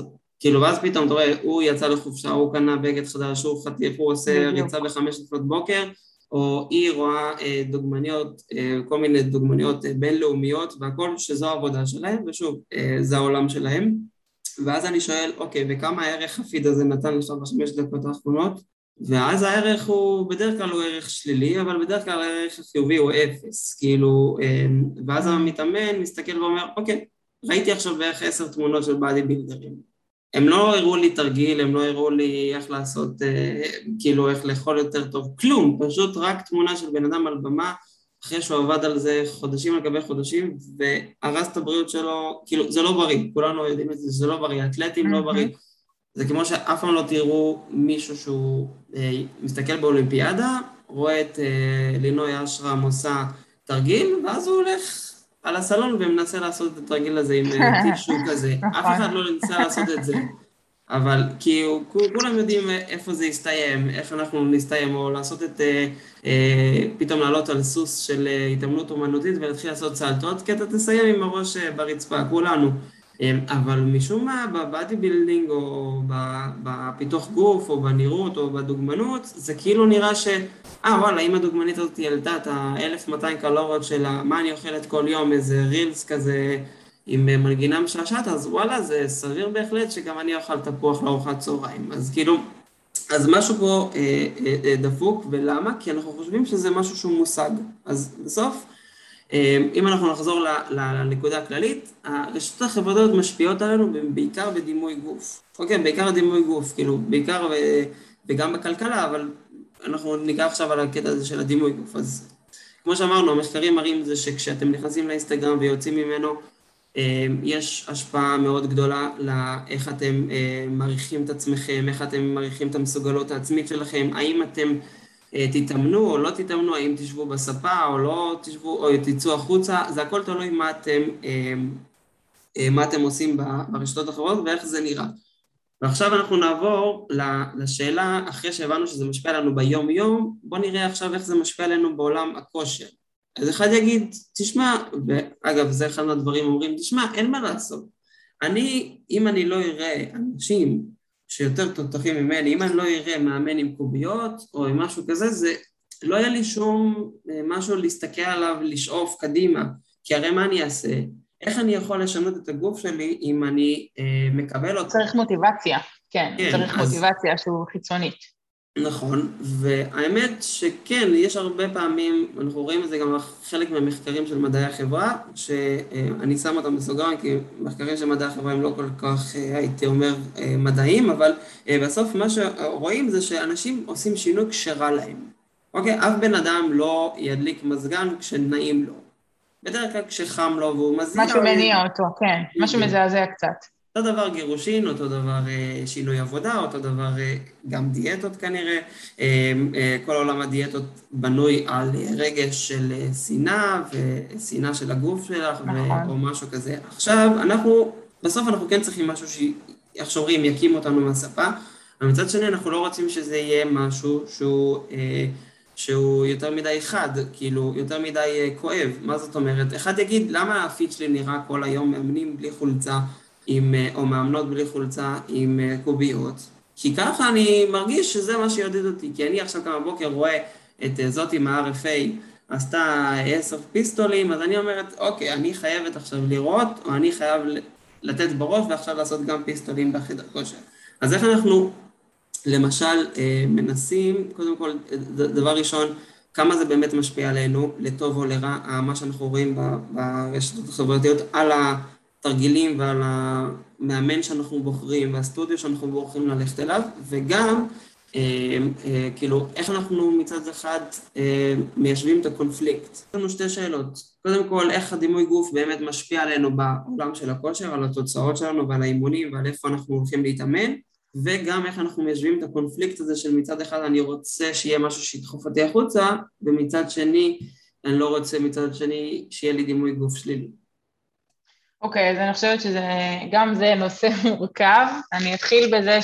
כאילו, ואז פתאום, אתה רואה, הוא יצא לחופשה, הוא קנה בגד חדש, הוא חטיף, הוא עושה ריצה בדיוק. ב5 לפנות בוקר, או היא רואה דוגמניות, כל מיני דוגמניות בינלאומיות, והכל שזו העבודה שלהם, ושוב, זה העולם שלהם. ואז אני שואל, אוקיי, וכמה הערך הפיד הזה נתן לך ב5 דקות האחרונות? ואז הערך הוא, בדרך כלל הוא ערך שלילי, אבל בדרך כלל הערך החיובי הוא 0, כאילו, ואז המתאמן מסתכל ואומר, אוקיי, ראיתי עכשיו בערך 10 תמונות של באדי בילדרים. הם לא הראו לי תרגיל, הם לא הראו לי איך לעשות, כאילו איך לאכול יותר טוב, כלום, פשוט רק תמונה של בן אדם על במה, אחרי שהוא עבד על זה חודשים על גבי חודשים, והרס את הבריאות שלו, כאילו זה לא בריא, כולנו יודעים את זה, זה לא בריא, אתלטים לא בריא, זה כמו שאף פעם לא תראו מישהו שהוא מסתכל באולימפיאדה, רואה את לינוי אשרם עושה תרגיל, ואז הוא הולך על הסלון ומנסה לעשות את התרגיל הזה עם טישו כזה. אף נכון. אחד לא ניסה לעשות את זה. אבל כי כולם יודעים איפה זה יסתיים, איך אנחנו נסתיים, או לעשות את, פתאום לעלות על סוס של התאמנות אומנותית ולהתחיל לעשות סלטות, כי אתה תסיים עם הראש ברצפה, כולנו. אבל משום מה, בבאדי בילדינג, או בפיתוח גוף, או בנראות, או בדוגמנות, זה כאילו נראה וואלה, אם הדוגמנית הזאת ילדה את ה-1200 קלוריות שלה, מה אני אוכלת כל יום, איזה רילס כזה, עם מנגינה משעשעת, אז וואלה, זה סביר בהחלט שגם אני אוכל תפוח לארוחת צהריים. אז כאילו, אז משהו פה דפוק, ולמה? כי אנחנו חושבים שזה משהו שהוא מושג. אז בסוף, אם אנחנו נחזור לנקודה הכללית, הרשתות החברתיות משפיעות עלינו בעיקר בדימוי גוף. אוקיי, בעיקר דימוי גוף, כאילו, בעיקר וגם בכלכלה, אבל אנחנו ניגע עכשיו על הקטע הזה של הדימוי גוף. אז כמו שאמרנו, המחקרים מראים זה שכשאתם נכנסים לאינסטגרם ויוצאים ממנו, יש השפעה מאוד גדולה לאיך אתם מעריכים את עצמכם, איך אתם מעריכים את המסוגלות העצמית שלכם, האם אתם תתאמנו או לא תתאמנו, האם תשבו בספה או לא תשבו, או תצאו החוצה, זה הכל תלוי מה אתם עושים ברשתות החברות ואיך זה נראה. ועכשיו אנחנו נעבור לשאלה, אחרי שהבנו שזה משפיע עלינו ביום יום, בוא נראה עכשיו איך זה משפיע עלינו בעולם הכושר. אז אחד יגיד, תשמע, ואגב, זה אחד מהדברים אומרים, תשמע, אין מה לעשות. אם אני לא אראה אנשים שיותר תותחים ממני, אם אני לא אראה מאמן עם קוביות או עם משהו כזה, זה לא היה לי שום משהו להסתכל עליו, לשאוף קדימה, כי הרי מה אני אעשה? איך אני יכול לשנות את הגוף שלי אם אני מקבל אותו? צריך מוטיבציה, כן, כן, צריך מוטיבציה שהוא חיצונית. נכון, והאמת שכן, יש הרבה פעמים, אנחנו רואים את זה גם חלק מהמחקרים של מדעי החברה, שאני שם אותם בסוגריים, כי מחקרים של מדעי החברה הם לא כל כך, הייתי אומר, מדעיים, אבל בסוף מה שרואים זה שאנשים עושים שינוי כשרע להם. אוקיי, אף בן אדם לא ידליק מזגן כשנעים לו. בדרך כלל כשחם לו והוא מזיע... משהו מניע אותו, כן, משהו מזעזע קצת. אותו דבר גירושין, אותו דבר שינוי עבודה, אותו דבר גם דיאטות כנראה. כל עולם הדיאטות בנוי על רגש של שנאה, ושנאה של הגוף שלך, נכון. או משהו כזה. עכשיו, בסוף אנחנו כן צריכים משהו איך שאומרים, יקים אותנו מהספה, אבל מצד שני אנחנו לא רוצים שזה יהיה משהו שהוא יותר מדי חד, כאילו יותר מדי כואב. מה זאת אומרת? אחד יגיד, למה הפיד שלי נראה כל היום מאמנים בלי חולצה, או מאמנות בלי חולצה עם קוביות? כי ככה אני מרגיש שזה מה שיודד אותי, כי אני עכשיו כמה בוקר רואה את זאת עם ה-RFA עשתה 10 פיסטולים, אז אני אומרת, אוקיי, אני חייבת עכשיו לראות, או אני חייב לתת בראש ועכשיו לעשות גם פיסטולים בחדר כושר. אז איך אנחנו למשל מנסים, קודם כל, דבר ראשון, כמה זה באמת משפיע עלינו, לטוב או לרע, מה שאנחנו רואים ברשתות החברתיות, על התרגילים ועל המאמן שאנחנו בוחרים, והסטודיו שאנחנו בוחרים ללכת אליו, וגם, כאילו, איך אנחנו מצד אחד מיישבים את הקונפליקט. יש לנו שתי שאלות. קודם כל, איך הדימוי גוף באמת משפיע עלינו בעולם של הכושר, על התוצאות שלנו ועל האימונים ועל איפה אנחנו הולכים להתאמן, וגם איך אנחנו מיישבים את הקונפליקט הזה של מצד אחד אני רוצה שיהיה משהו שידחוף אותי החוצה, ומצד שני אני לא רוצה מצד שני שיהיה לי דימוי גוף שלילי. אוקיי, אז אני חושבת שגם זה נושא מורכב. אני אתחיל בזה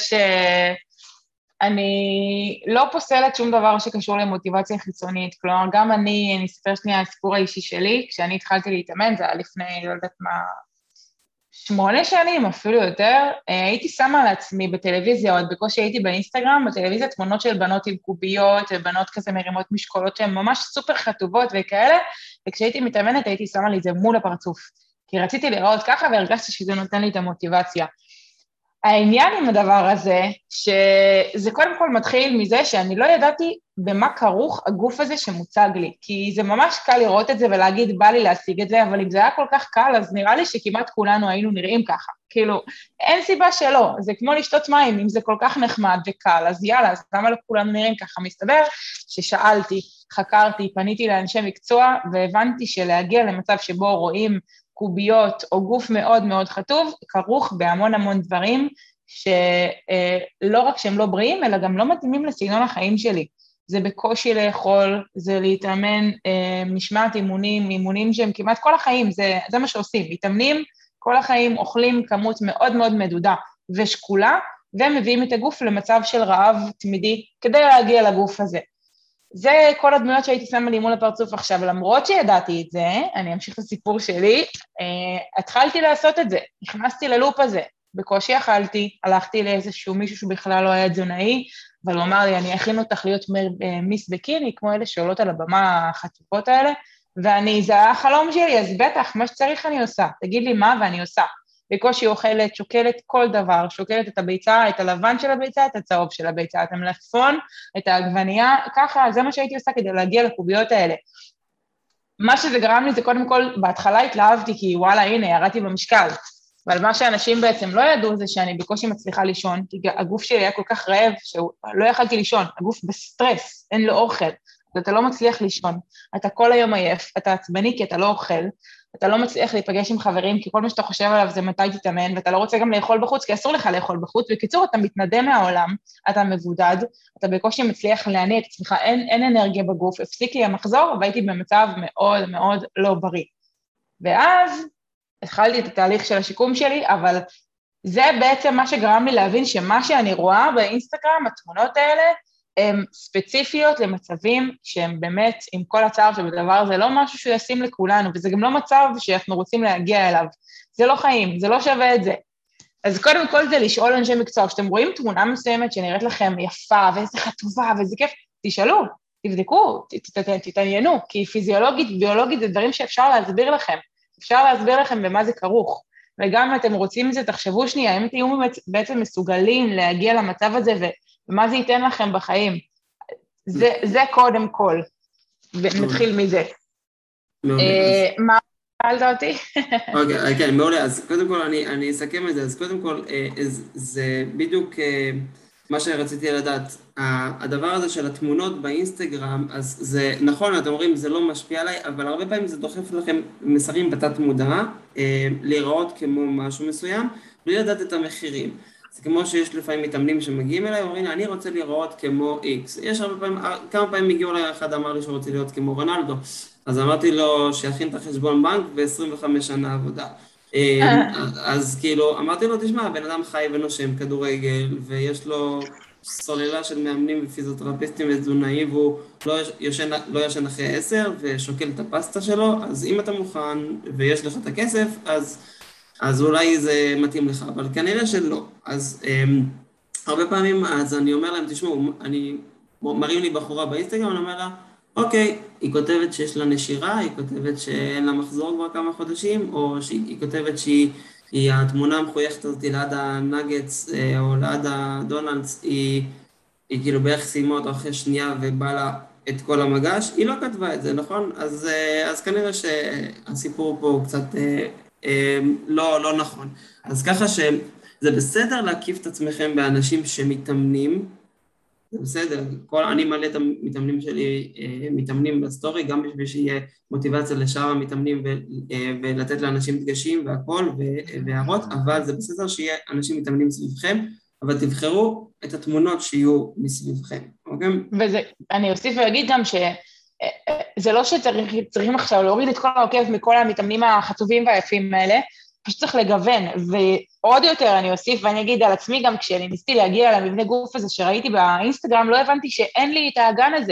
שאני לא פוסלת שום דבר שקשור למוטיבציה חיצונית, כלומר גם אני אספר שנייה הסיפור האישי שלי, כשאני התחלתי להתאמן, זה היה לפני, לא יודעת מה, 8 שנים, אפילו יותר, הייתי שמה לעצמי בטלוויזיה, עוד בקושי הייתי באינסטגרם, בטלוויזיה תמונות של בנות עם קוביות, ובנות כזה מרימות משקולות שהן ממש סופר חטובות וכאלה, וכשהייתי מתאמנת הייתי שמה לי את זה מול הפרצוף, כי רציתי לראות ככה והרגשתי שזה נותן לי את המוטיבציה. העניין עם הדבר הזה, שזה קודם כל מתחיל מזה שאני לא ידעתי במה כרוך הגוף הזה שמוצג לי, כי זה ממש קל לראות את זה ולהגיד, בא לי להשיג את זה, אבל אם זה היה כל כך קל, אז נראה לי שכמעט כולנו היינו נראים ככה. כאילו, אין סיבה שלא, זה כמו לשתות מים, אם זה כל כך נחמד וקל, אז יאללה, אז למה לא כולנו נראים ככה? מסתבר ששאלתי, חקרתי, פניתי לאנשי מקצוע, והבנתי שלהגיע למצב שבו רואים קוביות או גוף מאוד מאוד חטוב, כרוך בהמון המון דברים, שלא רק שהם לא בריאים, אלא גם לא מתאימים לסגנון החיים שלי. זה בקושי לאכול, זה להתאמן, משמעת אימונים, אימונים שהם כמעט כל החיים, זה מה שעושים, מתאמנים כל החיים, אוכלים כמות מאוד מאוד מדודה ושקולה, ומביאים את הגוף למצב של רעב תמידי, כדי להגיע לגוף הזה. זה כל הדמויות שהייתי שמה לי מול הפרצוף עכשיו, למרות שידעתי את זה, אני אמשיך את הסיפור שלי, התחלתי לעשות את זה, נכנסתי ללופ הזה, בקושי אכלתי, הלכתי לאיזשהו מישהו שבכלל לא היה תזונאי, אבל הוא אמר לי, אני אכין אותך להיות מיס בקיני, כמו אלה שעולות על הבמה החטופות האלה, זה היה החלום שלי, אז בטח, מה שצריך אני עושה, תגיד לי מה ואני עושה. בקושי אוכלת, שוקלת כל דבר, שוקלת את הביצה, את הלבן של הביצה, את הצהוב של הביצה, את המלפפון, את העגבנייה, ככה, זה מה שהייתי עושה כדי להגיע לקוביות האלה. מה שזה גרם לי זה קודם כל, בהתחלה התלהבתי, כי וואלה, הנה, ירדתי במשקל, אבל מה שאנשים בעצם לא ידעו זה שאני בקושי מצליחה לישון, כי הגוף שלי היה כל כך רעב, שלא יכלתי לישון, הגוף בסטרס, אין לו אוכל, אתה לא מצליח לישון, אתה כל היום עייף, אתה עצבני כי אתה לא אוכל, אתה לא מצליח להיפגש עם חברים, כי כל מה שאתה חושב עליו זה מתי תתאמן, ואתה לא רוצה גם לאכול בחוץ, כי אסור לך לאכול בחוץ, בקיצור, אתה מתנדם מהעולם, אתה מבודד, אתה בקושי מצליח להניע את עצמך, אין אנרגיה בגוף, הפסיק לי המחזור, והייתי במצב מאוד מאוד לא בריא. ואז התחלתי את התהליך של השיקום שלי, אבל זה בעצם מה שגרם לי להבין שמה שאני רואה באינסטגרם, התמונות האלה, הן ספציפיות למצבים שהם באמת, עם כל הצער שבדבר זה לא משהו שהוא ישים לכולנו, וזה גם לא מצב שאנחנו רוצים להגיע אליו. זה לא חיים, זה לא שווה את זה. אז קודם כל זה לשאול אנשי מקצוע, כשאתם רואים תמונה מסוימת שנראית לכם יפה, ואיזה חטובה, ואיזה כיף, תשאלו, תבדקו, תתעניינו, כי פיזיולוגית, ביולוגית, זה דברים שאפשר להסביר לכם. אפשר להסביר לכם במה זה כרוך. וגם אם אתם רוצים את זה, תחשבו שנייה, אם תהיו בעצם מסוגלים להגיע למצב הזה ומה זה ייתן לכם בחיים. זה קודם כל, ונתחיל מזה. מה שאלת אותי? אוקיי, כן, מעולה. אז קודם כל אני אסכם את זה. אז קודם כל, זה בדיוק מה שרציתי לדעת. הדבר הזה של התמונות באינסטגרם, אז זה נכון, אתם אומרים, זה לא משפיע עליי, אבל הרבה פעמים זה דוחף לכם מסרים בתת מודע, להיראות כמו משהו מסוים, בלי לדעת את המחירים. זה כמו שיש לפעמים מתאמנים שמגיעים אליי, אומרים, אני רוצה לראות כמו X. יש הרבה פעמים, כמה פעמים הגיעו אליי, אחד אמר לי שרוצה להיות כמו רונלדו, אז אמרתי לו שיכין את החשבון בנק ו-25 שנה עבודה. אז כאילו, אמרתי לו, תשמע, הבן אדם חי ונושם כדורגל, ויש לו סוללה של מאמנים ופיזיותרפיסטים ותזונאים, והוא לא ישן אחרי 10 ושוקל את הפסטה שלו, אז אם אתה מוכן ויש לך את הכסף, אז אולי זה מתאים לך, אבל כנראה שלא. אז הרבה פעמים, אז אני אומר להם, תשמעו, מראים לי בחורה באינסטגרם, אני אומר לה, אוקיי, היא כותבת שיש לה נשירה, היא כותבת שאין לה מחזור כבר כמה חודשים, או שהיא כותבת שהיא התמונה המחויכת הזאת ליד הנגטס, או ליד הדונלדס, היא כאילו בערך סיימה אותו אחרי שנייה ובא לה את כל המגש, היא לא כתבה את זה, נכון? אז כנראה שהסיפור פה הוא קצת לא נכון. אז ככה שזה בסדר להקיף את עצמכם באנשים שמתאמנים, זה בסדר, אני מלא את המתאמנים שלי, מתאמנים בסטורי, גם בשביל שיהיה מוטיבציה לשאר המתאמנים ולתת לאנשים דגשים והכל והערות, אבל זה בסדר שיהיה אנשים מתאמנים סביבכם, אבל תבחרו את התמונות שיהיו מסביבכם, אוקיי? אני אוסיף ואגיד גם שזה לא שצריכים עכשיו להוריד את כל העוקב מכל המתאמנים החטובים והיפים האלה, פשוט צריך לגוון, ועוד יותר אני אוסיף ואני אגיד על עצמי גם כשאני ניסיתי להגיע למבנה גוף הזה שראיתי באינסטגרם, לא הבנתי שאין לי את האגן הזה,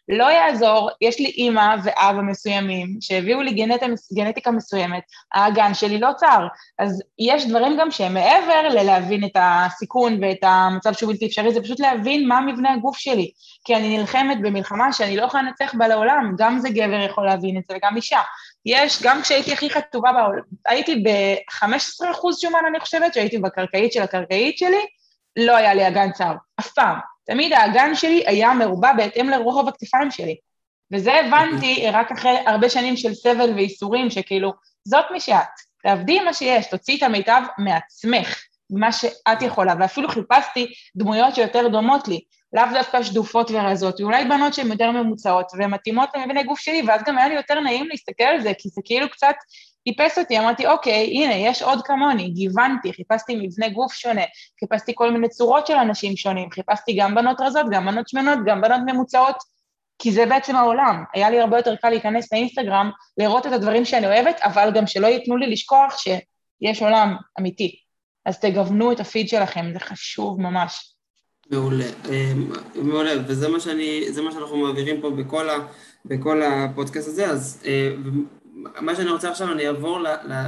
לא יעזור, יש לי אימא ואבא מסוימים, שהביאו לי גנטיקה מסוימת, האגן שלי לא צר, אז יש דברים גם שהם מעבר ללהבין את הסיכון ואת המצב שהוא בלתי אפשרי, זה פשוט להבין מה מבנה הגוף שלי, כי אני נלחמת במלחמה שאני לא יכולה לנצח בה לעולם, גם זה גבר יכול להבין את זה וגם אישה. יש, גם כשהייתי הכי חטובה בעולם, הייתי ב-15% שומן, אני חושבת, שהייתי בקרקעית של הקרקעית שלי, לא היה לי אגן צר, אף פעם. תמיד האגן שלי היה מרובע בהתאם לרוחב הכתפיים שלי. וזה הבנתי רק אחרי הרבה שנים של סבל ואיסורים, שכאילו, זאת מי שאת, תעבדי מה שיש, תוציאי את המיטב מעצמך, מה שאת יכולה, ואפילו חיפשתי דמויות שיותר דומות לי, לאו דווקא שדופות ורזות, ואולי בנות שהן יותר ממוצעות, ומתאימות למבנה גוף שלי, ואז גם היה לי יותר נעים להסתכל על זה, כי זה כאילו קצת טיפס אותי, אמרתי, אוקיי, הנה, יש עוד כמוני, גיוונתי, חיפשתי מבנה גוף שונה, חיפשתי כל מיני צורות של אנשים שונים, חיפשתי גם בנות רזות, גם בנות שמנות, גם בנות ממוצעות, כי זה בעצם העולם. היה לי הרבה יותר קל להיכנס לאינסטגרם, לראות את הדברים שאני אוהבת, אבל גם שלא ייתנו לי לשכוח שיש עולם אמיתי. אז תגוונו את הפיד שלכם, זה חשוב ממש. מעולה, מעולה, וזה מה שאנחנו מעבירים פה בכל הפודקאסט הזה, אז מה שאני רוצה עכשיו, אני אעבור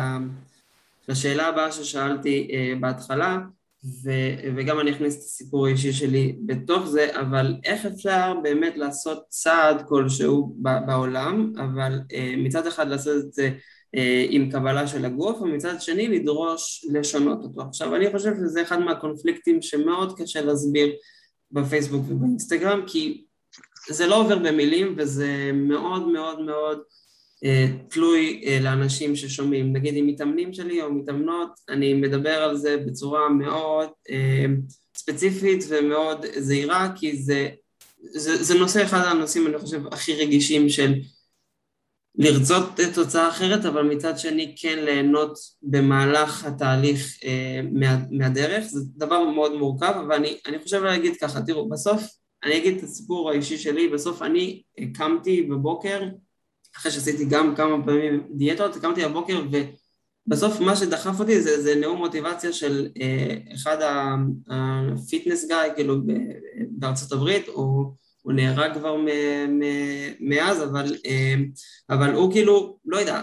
לשאלה הבאה ששאלתי בהתחלה, וגם אני אכניס את הסיפור האישי שלי בתוך זה, אבל איך אפשר באמת לעשות צעד כלשהו בעולם, אבל מצד אחד לעשות את זה עם קבלה של הגוף, ומצד שני לדרוש לשנות אותו. עכשיו, אני חושב שזה אחד מהקונפליקטים שמאוד קשה להסביר בפייסבוק ובאינסטגרם, כי זה לא עובר במילים, וזה מאוד מאוד מאוד תלוי לאנשים ששומעים. נגיד, עם מתאמנים שלי או מתאמנות, אני מדבר על זה בצורה מאוד ספציפית ומאוד זהירה, כי זה נושא אחד הנושאים, אני חושב, הכי רגישים של לרצות תוצאה אחרת, אבל מצד שני כן ליהנות במהלך התהליך מהדרך. זה דבר מאוד מורכב, אבל אני חושב להגיד ככה, תראו, בסוף, אני אגיד את הסיפור האישי שלי, בסוף אני קמתי בבוקר, אחרי שעשיתי גם כמה פעמים דיאטות, קמתי בבוקר, ובסוף מה שדחף אותי זה נאום מוטיבציה של אחד הפיטנס גאי, כאילו בארצות הברית, הוא נהרג כבר מאז, אבל הוא כאילו, לא יודע,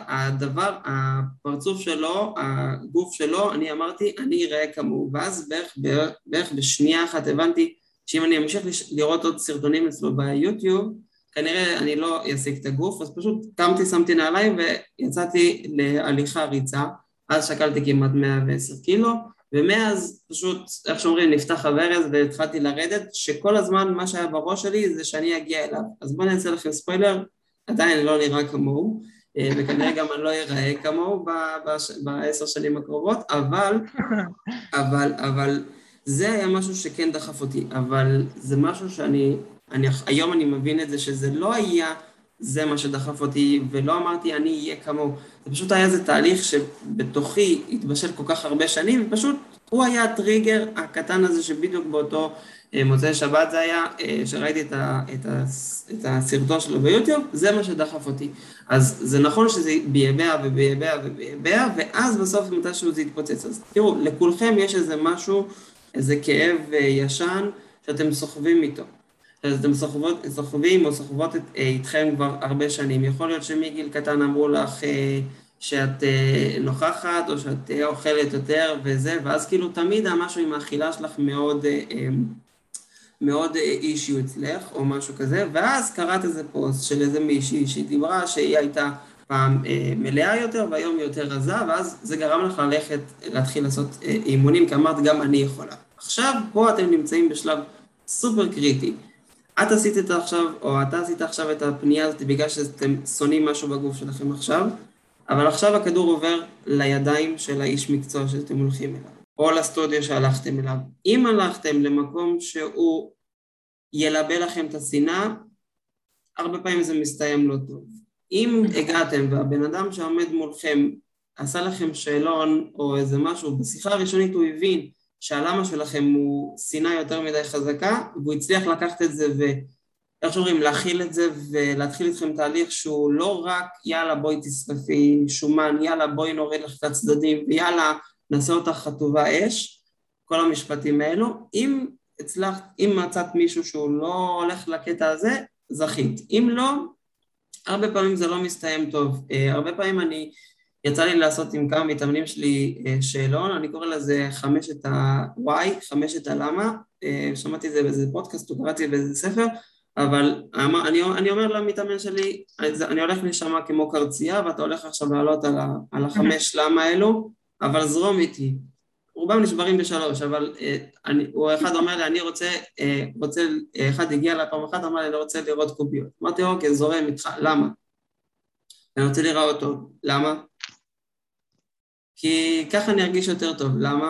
הפרצוף שלו, הגוף שלו, אני אמרתי, אני אראה כמוהו, ואז בערך בשנייה אחת הבנתי, שאם אני אמשיך לראות עוד סרטונים אצלו ביוטיוב, כנראה אני לא אשיג את הגוף, אז פשוט קמתי, שמתי נעליים ויצאתי להליכה ריצה, אז שקלתי כמעט 110 קילו, ומאז פשוט, איך שאומרים, נפתח הברז והתחלתי לרדת, שכל הזמן מה שהיה בראש שלי זה שאני אגיע אליו. אז בואו נעשה לכם ספוילר, עדיין לא נראה כמוהו, וכנראה גם אני לא אראה כמוהו ב10 שנים הקרובות, אבל זה היה משהו שכן דחף אותי, אבל זה משהו היום אני מבין את זה, שזה לא היה זה מה שדחף אותי, ולא אמרתי אני אהיה כמוהו, זה פשוט היה איזה תהליך שבתוכי התבשל כל כך הרבה שנים, ופשוט הוא היה הטריגר הקטן הזה שבדיוק באותו מוצאי שבת זה היה, שראיתי את הסרטון שלו ביוטיוב, זה מה שדחף אותי. אז זה נכון שזה בייבע ובייבע ובייבע, ואז בסוף מתישהו זה התפוצץ. אז תראו, לכולכם יש איזה משהו, איזה כאב ישן שאתם סוחבים איתו. אז אתם סוחבים או סוחבות איתכם כבר הרבה שנים. יכול להיות שמגיל קטן אמרו לך שאת נוכחת או שאת אוכלת יותר וזה, ואז כאילו תמיד המשהו עם האכילה שלך מאוד אישיו אצלך או משהו כזה, ואז קראת איזה פוסט של איזה מישהי שהיא דיברה שהיא הייתה פעם מלאה יותר והיום יותר רזה, ואז זה גרם לך להתחיל לעשות אימונים, כי אמרת גם אני יכולה. עכשיו פה אתם נמצאים בשלב סופר קריטי. את עשית את עכשיו, או אתה עשית עכשיו את הפנייה הזאת בגלל שאתם שונאים משהו בגוף שלכם עכשיו, אבל עכשיו הכדור עובר לידיים של האיש מקצוע שאתם הולכים אליו, או לסטודיו שהלכתם אליו. אם הלכתם למקום שהוא ילבה לכם את השנאה, הרבה פעמים זה מסתיים לא טוב. אם הגעתם והבן אדם שעומד מולכם עשה לכם שאלון או איזה משהו, בשיחה הראשונית הוא הבין שהלמה שלכם הוא שנאה יותר מדי חזקה, והוא הצליח לקחת את זה ואיך שאומרים, להכיל את זה ולהתחיל איתכם תהליך שהוא לא רק יאללה בואי תשרפי שומן, יאללה בואי נוריד לך את הצדדים, ויאללה נעשה אותך חטובה אש, כל המשפטים האלו. אם מצאת מישהו שהוא לא הולך לקטע הזה, זכית. אם לא, הרבה פעמים זה לא מסתיים טוב. הרבה פעמים יצא לי לעשות עם כמה מתאמנים שלי שאלון, אני קורא לזה 5 ה-why, 5 הלמה, שמעתי את זה באיזה פודקאסט, או קראתי באיזה ספר, אבל אני אומר למתאמן שלי, אני הולך לשמה כמו קרצייה, ואתה הולך עכשיו לעלות על ה-5 למה האלו, אבל זרום איתי. רובם נשברים ב3, אבל הוא אחד אומר לי, אני רוצה, אחד הגיע לה פעם אחת, אמר לי, אני רוצה לראות קוביות. אמרתי, אוקיי, זורם איתך, למה? אני רוצה לראות טוב, למה? כי ככה אני ארגיש יותר טוב, למה?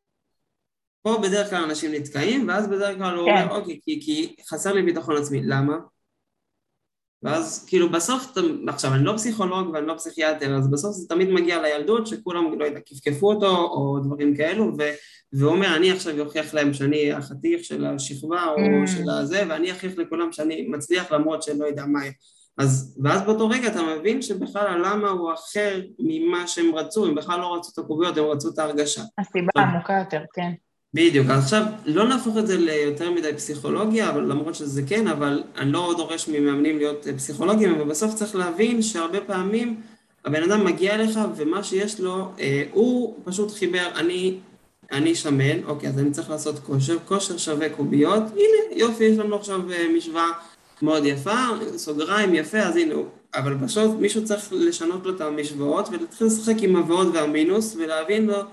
פה בדרך כלל אנשים נתקעים, ואז בדרך כלל הוא אומר, אוקיי, כי חסר לי ביטחון עצמי, למה? ואז כאילו בסוף, עכשיו אני לא פסיכולוג ואני לא פסיכיאטר, אז בסוף זה תמיד מגיע לילדות שכולם, לא יודע, כפכפו אותו או דברים כאלו, והוא אומר, אני עכשיו אוכיח להם שאני החתיך של השכבה או של הזה, ואני אוכיח לכולם שאני מצליח למרות שלא יודע מה. ואז באותו רגע אתה מבין שבכלל הלמה הוא אחר ממה שהם רצו, הם בכלל לא רצו את הקוביות, הם רצו את ההרגשה. הסיבה עמוקה יותר, כן. בדיוק, אז עכשיו לא נהפוך את זה ליותר מדי פסיכולוגיה, אבל למרות שזה כן, אבל אני לא דורש ממאמנים להיות פסיכולוגים, אבל בסוף צריך להבין שהרבה פעמים הבן אדם מגיע אליך ומה שיש לו, הוא פשוט חיבר, אני שמן, אוקיי, אז אני צריך לעשות כושר, כושר שווה קוביות, הנה, יופי, יש לנו עכשיו משוואה מאוד יפה, סוגריים יפה, אז הנה, אבל פשוט מישהו צריך לשנות לו את המשוואות ולהתחיל לשחק עם הוועוד והמינוס ולהבין לו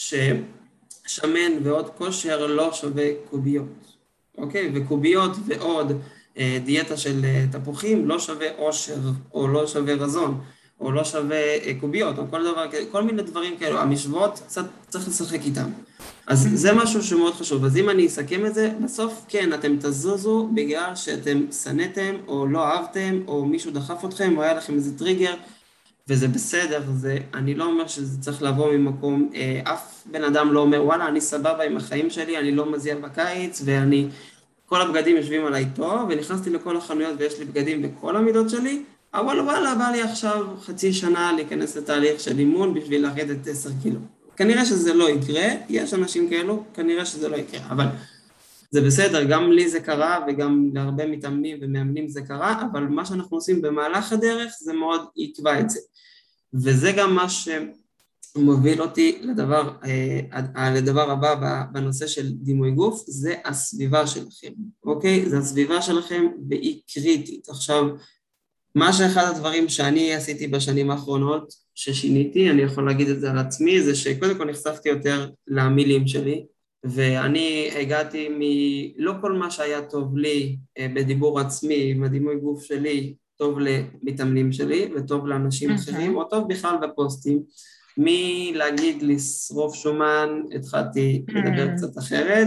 שמן ועוד כושר לא שווה קוביות, אוקיי? וקוביות ועוד דיאטה של תפוחים לא שווה עושר, או לא שווה רזון, או לא שווה קוביות, או כל דבר, כל מיני דברים כאלו. המשוואות קצת צריך לשחק איתם. אז זה משהו שמאוד חשוב. אז אם אני אסכם את זה, בסוף כן, אתם תזוזו בגלל שאתם סנתם, או לא אהבתם, או מישהו דחף אתכם, או היה לכם איזה טריגר, וזה בסדר, אני לא אומר שזה צריך לבוא ממקום, אף בן אדם לא אומר, וואלה, אני סבבה עם החיים שלי, אני לא מזיע בקיץ, כל הבגדים יושבים עליי טוב, ונכנסתי לכל החנויות ויש לי בגדים בכל המידות שלי, אבל וואלה, בא לי עכשיו חצי שנה להיכנס לתהליך של אימון בשביל לרדת 10 קילו. כנראה שזה לא יקרה, יש אנשים כאלו, כנראה שזה לא יקרה, אבל זה בסדר, גם לי זה קרה וגם להרבה מתאמנים ומאמנים זה קרה, אבל מה שאנחנו עושים במהלך הדרך זה מאוד יקבע את זה. וזה גם מה שמוביל אותי לדבר הבא בנושא של דימוי גוף, זה הסביבה שלכם, אוקיי? זה הסביבה שלכם והיא קריטית. עכשיו, מה שאחד הדברים שאני עשיתי בשנים האחרונות, ששיניתי, אני יכול להגיד את זה על עצמי, זה שקודם כל נחשפתי יותר למילים שלי, ואני הגעתי לא כל מה שהיה טוב לי בדיבור עצמי, עם הדימוי גוף שלי, טוב למתאמנים שלי וטוב לאנשים אחרים, או טוב בכלל בפוסטים. מלהגיד לשרוף שומן, התחלתי לדבר קצת אחרת,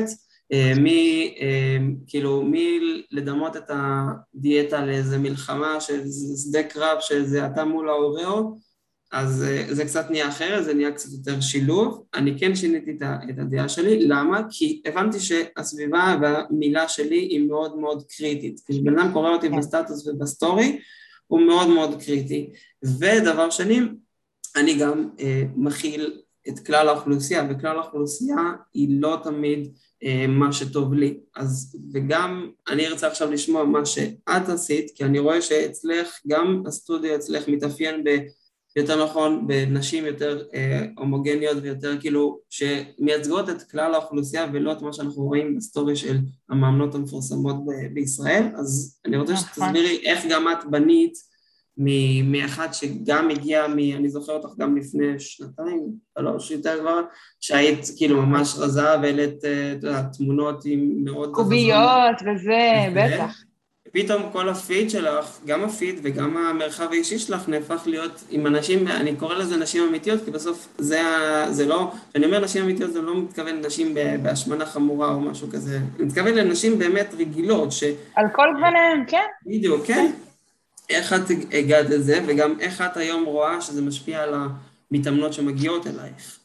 לדמות את הדיאטה לאיזה מלחמה של שדה קרב שזה אתה מול האוראו, אז זה קצת נהיה אחרת, זה נהיה קצת יותר שילוב. אני כן שיניתי את הדעה שלי, למה? כי הבנתי שהסביבה והמילה שלי היא מאוד מאוד קריטית. כשבן אדם קורא אותי בסטטוס ובסטורי, הוא מאוד מאוד קריטי. ודבר שני, אני גם מכיל את כלל האוכלוסייה, וכלל האוכלוסייה היא לא תמיד מה שטוב לי. אז וגם אני ארצה עכשיו לשמוע מה שאת עשית, כי אני רואה שאצלך, גם הסטודיו אצלך מתאפיין יותר נכון, בנשים יותר הומוגניות ויותר כאילו שמייצגות את כלל האוכלוסייה ולא את מה שאנחנו רואים בסטורי של המאמנות המפורסמות בישראל. אז אני רוצה שתסבירי איך גם את בנית מאחד שגם הגיע, אני זוכר אותך גם לפני 2-3 יותר כבר, שהיית כאילו ממש רזה והעלית תמונות עם מאוד קוביות וזה, בטח. פתאום כל הפיד שלך, גם הפיד וגם המרחב האישי שלך נהפך להיות עם אנשים, אני קורא לזה נשים אמיתיות, כי בסוף זה לא, כשאני אומר נשים אמיתיות זה לא מתכוון לנשים בהשמנה חמורה או משהו כזה, אני מתכוון לנשים באמת רגילות על כל גוניהם, כן. בדיוק, כן. איך את הגעת לזה, וגם איך את היום רואה שזה משפיע על המתאמנות שמגיעות אלייך,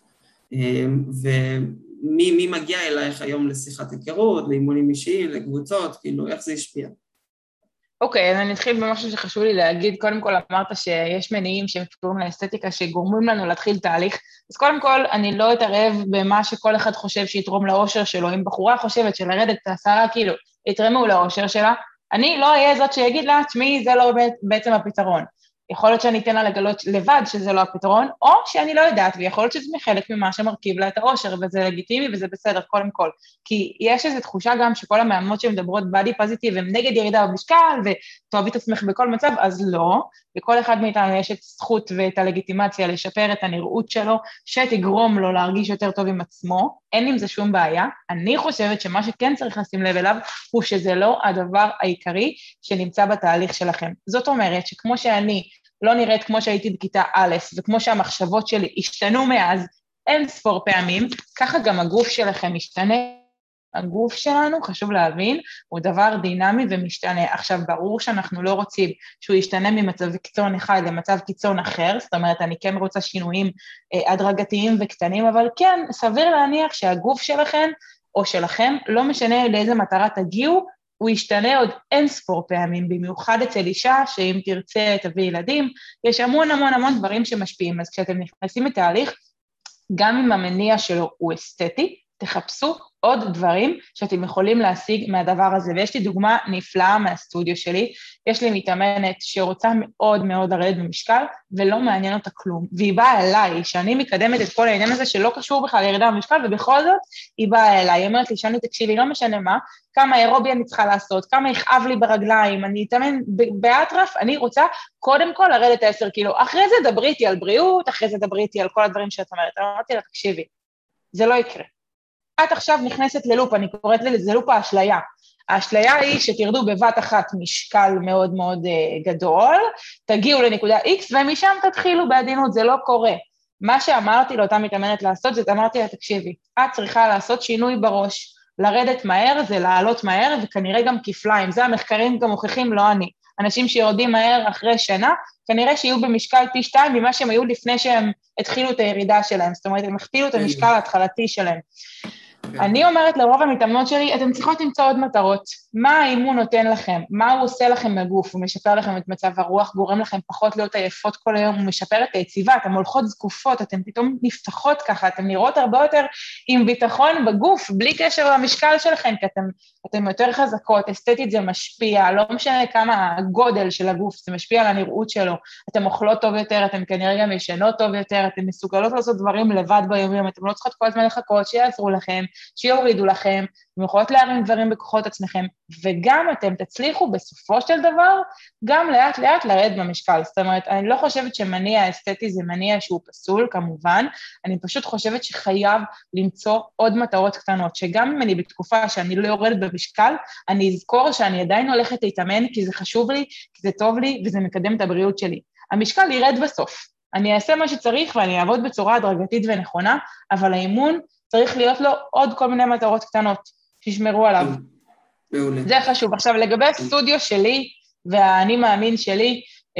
ומי מגיע אלייך היום לשיחת היכרות, לאימונים אישיים, לקבוצות, כאילו איך זה השפיע? אוקיי, אז אני אתחיל במשהו שחשוב לי להגיד. קודם כל אמרת שיש מניעים שהם קשורים לאסתטיקה שגורמים לנו להתחיל תהליך, אז קודם כל אני לא אתערב במה שכל אחד חושב שיתרום לאושר שלו. אם בחורה חושבת שלרדת 10 קילו יתרמו לאושר שלה, אני לא אהיה זאת שיגיד לה, תשמעי, זה לא בעצם הפתרון. יכול להיות שאני אתן לה לגלות לבד שזה לא הפתרון, או שאני לא יודעת, ויכול להיות שזה חלק ממה שמרכיב לה את האושר, וזה לגיטימי וזה בסדר, קודם כל. כי יש איזו תחושה גם שכל המאמנות שמדברות בדי פוזיטיב, הם נגד ירידה במשקל, ותאהבי את עצמך בכל מצב, אז לא. לכל אחד מאיתנו יש את הזכות ואת הלגיטימציה לשפר את הנראות שלו, שתגרום לו להרגיש יותר טוב עם עצמו, אין עם זה שום בעיה. אני חושבת שמה שכן צריך לשים לב אליו, הוא שזה לא הדבר העיקרי שנמצא בתהליך שלכם. זאת אומרת שכמו שאני לא נראית כמו שהייתי בכיתה א', וכמו שהמחשבות שלי השתנו מאז אין ספור פעמים, ככה גם הגוף שלכם משתנה. הגוף שלנו, חשוב להבין, הוא דבר דינמי ומשתנה. עכשיו, ברור שאנחנו לא רוצים שהוא ישתנה ממצב קיצון אחד למצב קיצון אחר, זאת אומרת, אני כן רוצה שינויים הדרגתיים וקטנים, אבל כן, סביר להניח שהגוף שלכם או שלכם, לא משנה לאיזה מטרה תגיעו, הוא ישתנה עוד אין ספור פעמים, במיוחד אצל אישה, שאם תרצה תביא ילדים, יש המון המון המון דברים שמשפיעים, אז כשאתם נכנסים לתהליך, גם אם המניע שלו הוא אסתטי, תחפשו עוד דברים שאתם יכולים להשיג מהדבר הזה, ויש לי דוגמה נפלאה מהסטודיו שלי, יש לי מתאמנת שרוצה מאוד מאוד לרדת במשקל, ולא מעניין אותה כלום, והיא באה אליי, שאני מקדמת את כל העניין הזה שלא קשור בכלל לירידה במשקל, ובכל זאת היא באה אליי, היא אומרת לי, שאני תקשיבי, לא משנה מה, כמה אירובי אני צריכה לעשות, כמה יכאב לי ברגליים, אני אתאמן באטרף, אני רוצה קודם כל לרדת 10 קילו, אחרי זה דברי איתי על בריאות, אחרי זה דברי איתי על כל הדברים שאת אומרת, אמרתי לה, תקשיבי, זה לא יקרה. את עכשיו נכנסת ללופ, אני קוראת לזה לופ האשליה. האשליה היא שתרדו בבת אחת משקל מאוד מאוד גדול, תגיעו לנקודה X, ומשם תתחילו בעדינות, זה לא קורה. מה שאמרתי לאותה מתאמנת לעשות, זה אמרתי לה, תקשיבי, את צריכה לעשות שינוי בראש, לרדת מהר זה לעלות מהר, וכנראה גם כפליים, זה המחקרים גם מוכיחים, לא אני. אנשים שיורדים מהר אחרי שנה, כנראה שיהיו במשקל פי 2 ממה שהם היו לפני שהם התחילו את הירידה שלהם, זאת אומרת, הם הכפילו את המשקל ההתחלתי שלהם. אני אומרת לרוב המתאמנות שלי, אתם צריכות למצוא עוד מטרות. מה האימון נותן לכם? מה הוא עושה לכם בגוף? הוא משפר לכם את מצב הרוח, גורם לכם פחות להיות עייפות כל היום, הוא משפר את היציבה, אתם הולכות זקופות, אתם פתאום נפתחות ככה, אתם נראות הרבה יותר עם ביטחון בגוף, בלי קשר למשקל שלכם, כי אתם יותר חזקות, אסתטית זה משפיע, לא משנה כמה הגודל של הגוף, זה משפיע על הנראות שלו, אתם אוכלות טוב יותר, אתם כנראה גם ישנות טוב יותר, אתם מסוגלות לעשות דברים לבד ביום-יום, אתם לא צריכות כל הזמן לחכות, שיעזרו לכם, שיורידו לכם, אתם יכולות להרים דברים בכוחות עצמכם, וגם אתם תצליחו בסופו של דבר, גם לאט לאט לרד במשקל. זאת אומרת, אני לא חושבת שמניע אסתטי זה מניע שהוא פסול, כמובן, אני פשוט חושבת שחייב למצוא עוד מטרות קטנות, שגם אם אני בתקופה שאני לא יורדת במשקל, אני אזכור שאני עדיין הולכת להתאמן, כי זה חשוב לי, כי זה טוב לי, וזה מקדם את הבריאות שלי. המשקל ירד בסוף. אני אעשה מה שצריך, ואני אעבוד בצורה הדרגתית ונכונה, אבל האימון צריך להיות לו עוד כל מיני מטרות קטנות, שישמרו עליו. זה חשוב. עכשיו, לגבי הסטודיו שלי, והאני מאמין שלי,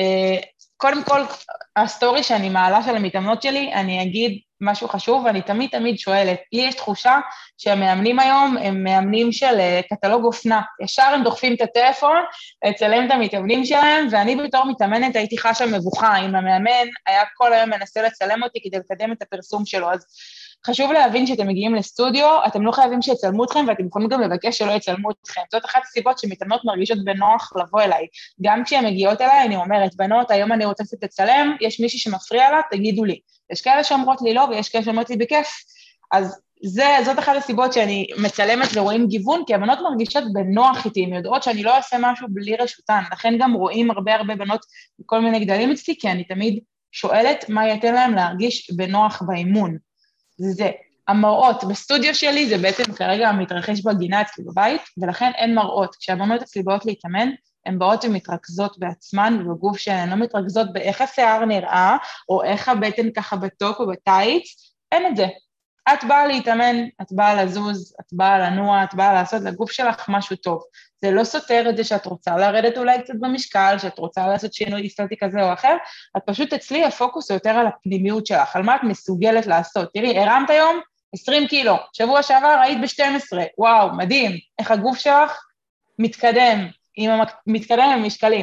קודם כל, הסטורי שאני מעלה של המתאמנות שלי, אני אגיד משהו חשוב, ואני תמיד שואלת, לי יש תחושה שהמאמנים היום הם מאמנים של קטלוג אופנה, ישר הם דוחפים את הטלפון, לצלם את המתאמנים שלהם, ואני בתור מתאמנת הייתי חשה מבוכה, אם המאמן היה כל היום מנסה לצלם אותי כדי לקדם את הפרסום שלו, אז חשוב להבין שאתם מגיעים לסטודיו, אתם לא חייבים שיצלמו אתכם, ואתם יכולים גם לבקש שלא יצלמו אתכם. זאת אחת הסיבות שמתאמנות מרגישות בנוח לבוא אליי. גם כשהן מגיעות אליי, אני אומרת, בנות, היום אני רוצה קצת לצלם, יש מישהי שמפריע לה, תגידו לי. יש כאלה שאומרות לי לא, ויש כאלה שאומרות לי בכיף. אז זאת אחת הסיבות שאני מצלמת ורואים גיוון, כי הבנות מרגישות בנוח איתי, הן יודעות שאני לא אעשה משהו בלי רשותן. לכן גם רואים הרבה בנות בכל מיני גדלים אצלי, כי אני תמיד שואלת מה ייתן להם להרגיש בנוח באימון. זה המראות בסטודיו שלי, זה בעצם כרגע מתרחש בגינה אצלי בבית, ולכן אין מראות. כשהבנות אצלי באות להתאמן, הן באות ומתרכזות בעצמן ובגוף שלהן, לא מתרכזות באיך השיער נראה, או איך הבטן ככה בטוק או בטייץ, אין את זה. את באה להתאמן, את באה לזוז, את באה לנוע, את באה לעשות לגוף שלך משהו טוב. זה לא סותר את זה שאת רוצה לרדת אולי קצת במשקל, שאת רוצה לעשות שינוי אסתטי כזה או אחר, את פשוט אצלי הפוקוס הוא יותר על הפנימיות שלך, על מה את מסוגלת לעשות. תראי, הרמת היום 20 קילו, שבוע שעבר היית ב-12, וואו, מדהים, איך הגוף שלך מתקדם עם משקלים.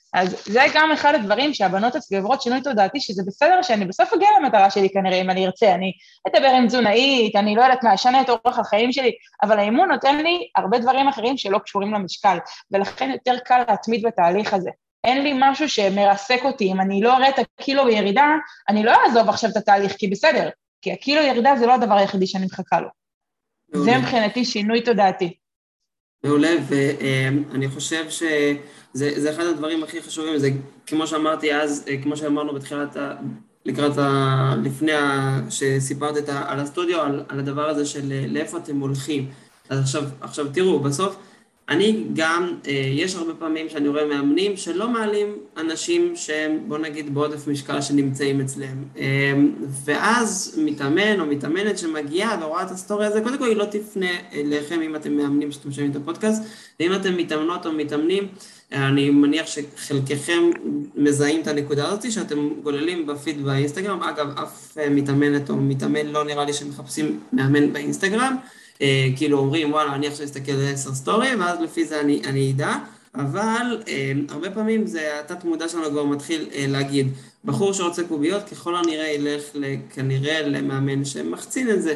אז זה גם אחד הדברים שהבנות אצלי עוברות שינוי תודעתי, שזה בסדר שאני בסוף אגיע למטרה שלי כנראה, אם אני ארצה, אני אדבר עם תזונאית, אני לא יודעת מה, אשנה את אורח החיים שלי, אבל האימון נותן לי הרבה דברים אחרים שלא קשורים למשקל, ולכן יותר קל להתמיד בתהליך הזה. אין לי משהו שמרסק אותי, אם אני לא אראה את הקילו בירידה, אני לא אעזוב עכשיו את התהליך, כי בסדר, כי הקילו ירידה זה לא הדבר היחידי שאני מחכה לו. זה מבחינתי שינוי תודעתי. מעולה, ואני חושב שזה אחד הדברים הכי חשובים, זה כמו שאמרתי אז, כמו שאמרנו בתחילת, לפני שסיפרת על הסטודיו, על הדבר הזה של לאיפה אתם הולכים. אז עכשיו תראו, בסוף, אני גם, יש הרבה פעמים שאני רואה מאמנים שלא מעלים אנשים שהם, בוא נגיד, בעודף משקל שנמצאים אצלם. ואז מתאמן או מתאמנת שמגיעה ורואה את הסטורי הזה, קודם כל היא לא תפנה אליכם אם אתם מאמנים שאתם שומעים את הפודקאסט, ואם אתם מתאמנות או מתאמנים, אני מניח שחלקכם מזהים את הנקודה הזאת, שאתם גוללים בפיד באינסטגרם. אגב, אף מתאמנת או מתאמן לא נראה לי שמחפשים מאמן באינסטגרם, כאילו אומרים, וואלה, אני עכשיו אסתכל על 10 סטורי, ואז לפי זה אני אדע, אבל הרבה פעמים זה התת מודע שלנו כבר מתחיל להגיד, בחור שרוצה קוביות, ככל הנראה ילך כנראה למאמן שמחצין את זה,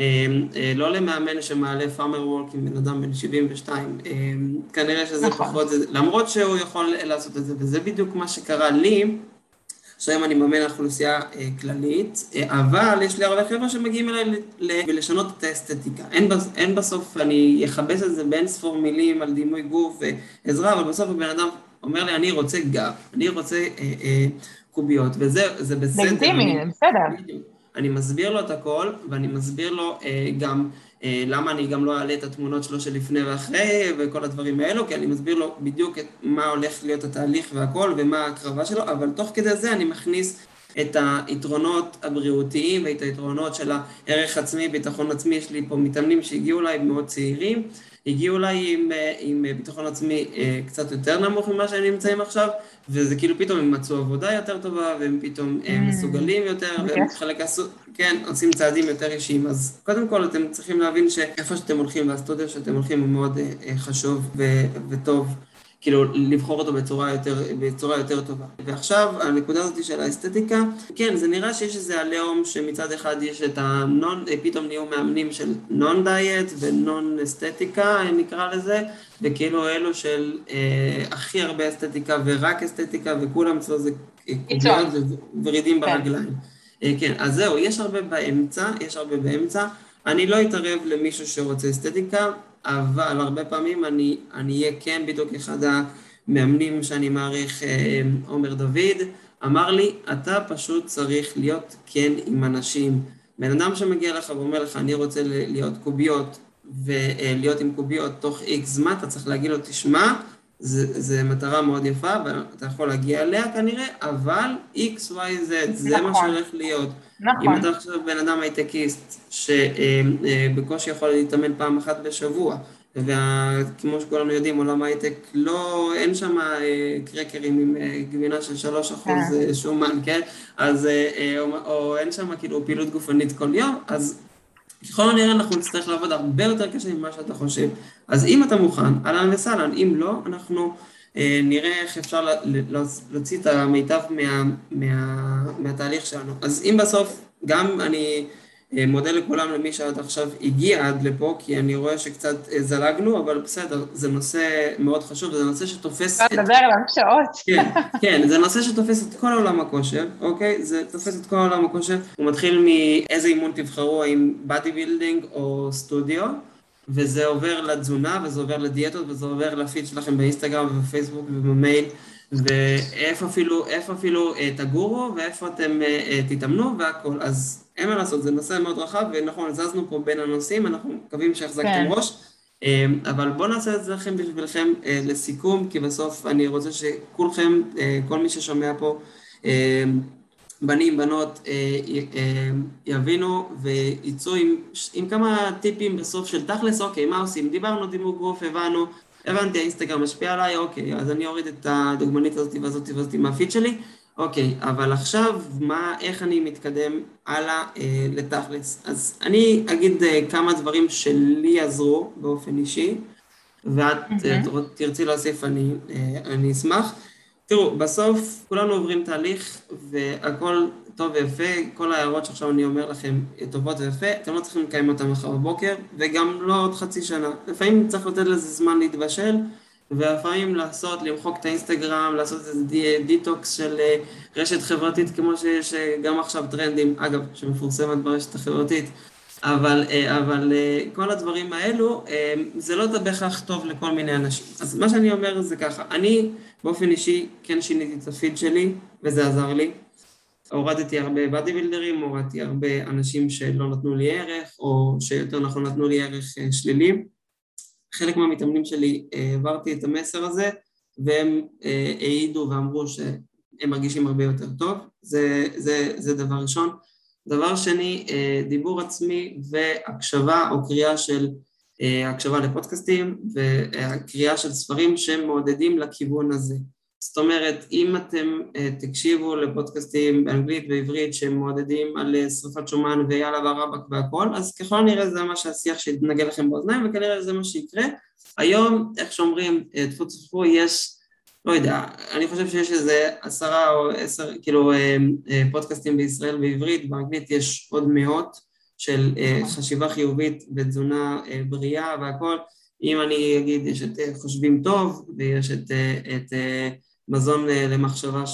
לא למאמן שמעלה פארמר וורק עם בן אדם בן 72, כנראה שזה פחות, למרות שהוא יכול לעשות את זה, וזה בדיוק מה שקרה לי, שהיום אני מאמן אוכלוסייה כללית, אבל יש לי הרבה חבר'ה שמגיעים אליי ולשנות את האסתטיקה. אין בסוף, אני אחבש את זה בין ספור מילים על דימוי גוף ועזרה, אבל בסוף הבן אדם אומר לי, אני רוצה גב, אני רוצה קוביות, וזה בסדר. לגיטימי, בסדר. אני מסביר לו את הכל, ואני מסביר לו גם למה אני גם לא אעלה את התמונות שלו שלפני ואחרי, וכל הדברים האלו, כי אני מסביר לו בדיוק מה הולך להיות התהליך והכל, ומה הקרבה שלו, אבל תוך כדי זה אני מכניס את היתרונות הבריאותיים, ואת היתרונות של הערך עצמי, ביטחון עצמי. יש לי פה מתאמנים שהגיעו אליי מאוד צעירים, הגיעו אליי עם ביטחון עצמי קצת יותר נמוך ממה שהם נמצאים עכשיו, וזה כאילו פתאום הם מצאו עבודה יותר טובה, והם פתאום מסוגלים יותר, והם חלק כן, עושים צעדים יותר אישיים. אז קודם כל אתם צריכים להבין שאיפה שאתם הולכים, והסטודיו שאתם הולכים הוא מאוד חשוב וטוב, כאילו לבחור אותו בצורה יותר טובה. ועכשיו, הנקודה הזאת של האסתטיקה, כן, זה נראה שיש איזה עליהום שמצד אחד יש את פתאום נהיו מאמנים של נון דיאט ונון אסתטיקה, נקרא לזה, וכאילו אלו של הכי הרבה אסתטיקה ורק אסתטיקה, וכולם אצלו זה קוביות ורידים ברגליים. כן, אז זהו, יש הרבה באמצע, אני לא אתערב למישהו שרוצה אסתטיקה, אבל הרבה פעמים אני אהיה כן, בדיוק אחד המאמנים שאני מעריך, עומר דוד, אמר לי, אתה פשוט צריך להיות כן עם אנשים. בן אדם שמגיע לך ואומר לך, אני רוצה להיות קוביות, ולהיות עם קוביות תוך X זמן, אתה צריך להגיד לו, תשמע, זה מטרה מאוד יפה, ואתה יכול להגיע אליה כנראה, אבל X, Y, Z, זה מה שהולך להיות. אם אתה עכשיו בן אדם הייטקיסט, שבקושי יכול להתאמן פעם אחת בשבוע, וכמו שכולנו יודעים, עולם ההייטק אין שם קרקרים עם גבינה של 3% שומן, כן? אז, או אין שם כאילו פעילות גופנית כל יום, אז ככל הנראה אנחנו נצטרך לעבוד הרבה יותר קשה ממה שאתה חושב. אז אם אתה מוכן, אהלן וסהלן, אם לא, אנחנו נראה איך אפשר להוציא את המיטב מהתהליך שלנו. אז אם בסוף, גם אני מודה לכולם למי שעד עכשיו הגיע עד לפה, כי אני רואה שקצת זלגנו, אבל בסדר, זה נושא מאוד חשוב, זה נושא שתופס לא, דבר עליו שעות. כן, זה נושא שתופס את כל עולם הכושר, אוקיי? זה תופס את כל עולם הכושר, הוא מתחיל מאיזה אימון תבחרו, האם בדי בילדינג או סטודיו, וזה עובר לתזונה, וזה עובר לדיאטות, וזה עובר לפיד שלכם באינסטגרם ובפייסבוק ובמייל, ואיפה אפילו תגורו, ואיפה אתם תתאמנו והכל. אז אין מה לעשות, זה נושא מאוד רחב, ונכון, זזנו פה בין הנושאים, אנחנו מקווים שהחזקתם ראש, אבל בואו נעשה את זה לכם בשבילכם לסיכום, כי בסוף אני רוצה שכולכם, כל מי ששומע פה, בנים, בנות, יבינו ויצאו עם כמה טיפים בסוף של תכלס, אוקיי, מה עושים? דיברנו דימוי גוף, הבנתי, האינסטגרם משפיע עליי, אוקיי, אז אני אוריד את הדוגמנית הזאת והזאת מהפיד שלי, אוקיי, אבל עכשיו, איך אני מתקדם הלאה לתכלס? אז אני אגיד כמה דברים שלי עזרו באופן אישי, ואת תרצי להוסיף, אני אשמח. תראו, בסוף כולנו עוברים תהליך והכל טוב ויפה, כל ההערות שעכשיו אני אומר לכם טובות ויפה, אתם לא צריכים לקיים אותם מחר בבוקר, וגם לא עוד חצי שנה. לפעמים צריך לתת לזה זמן להתבשל, ולפעמים למחוק את האינסטגרם, לעשות איזה דיטוקס של רשת חברתית, כמו שיש גם עכשיו טרנדים, אגב, שמפורסמת ברשת החברתית, אבל כל הדברים האלו, זה לא בהכרח טוב לכל מיני אנשים. אז מה שאני אומר זה ככה, אני באופן אישי כן שיניתי את הפיד שלי, וזה עזר לי. הורדתי הרבה בדי בילדרים, הורדתי הרבה אנשים שלא נתנו לי ערך, או שיותר נכון נתנו לי ערך שלילי. חלק מהמתאמנים שלי העברתי את המסר הזה, והם העידו ואמרו שהם מרגישים הרבה יותר טוב. זה דבר ראשון. דבר שני, דיבור עצמי והקשבה או קריאה של הקשבה לפודקאסטים והקריאה של ספרים שהם מעודדים לכיוון הזה. זאת אומרת, אם אתם תקשיבו לפודקאסטים באנגלית ועברית שהם מעודדים על שריפת שומן ויאללה והרבק והכל, אז ככל הנראה זה מה שהשיח שיתנגל לכם באוזניים וכנראה זה מה שיקרה. היום, איך שאומרים, תפו תפו, יש, לא יודע, אני חושב שיש איזה 10 או 10, כאילו, פודקאסטים בישראל בעברית, באנגלית יש עוד מאות של חשיבה חיובית ותזונה בריאה והכל. אם אני אגיד, יש את חושבים טוב, ויש את מזון למחשבה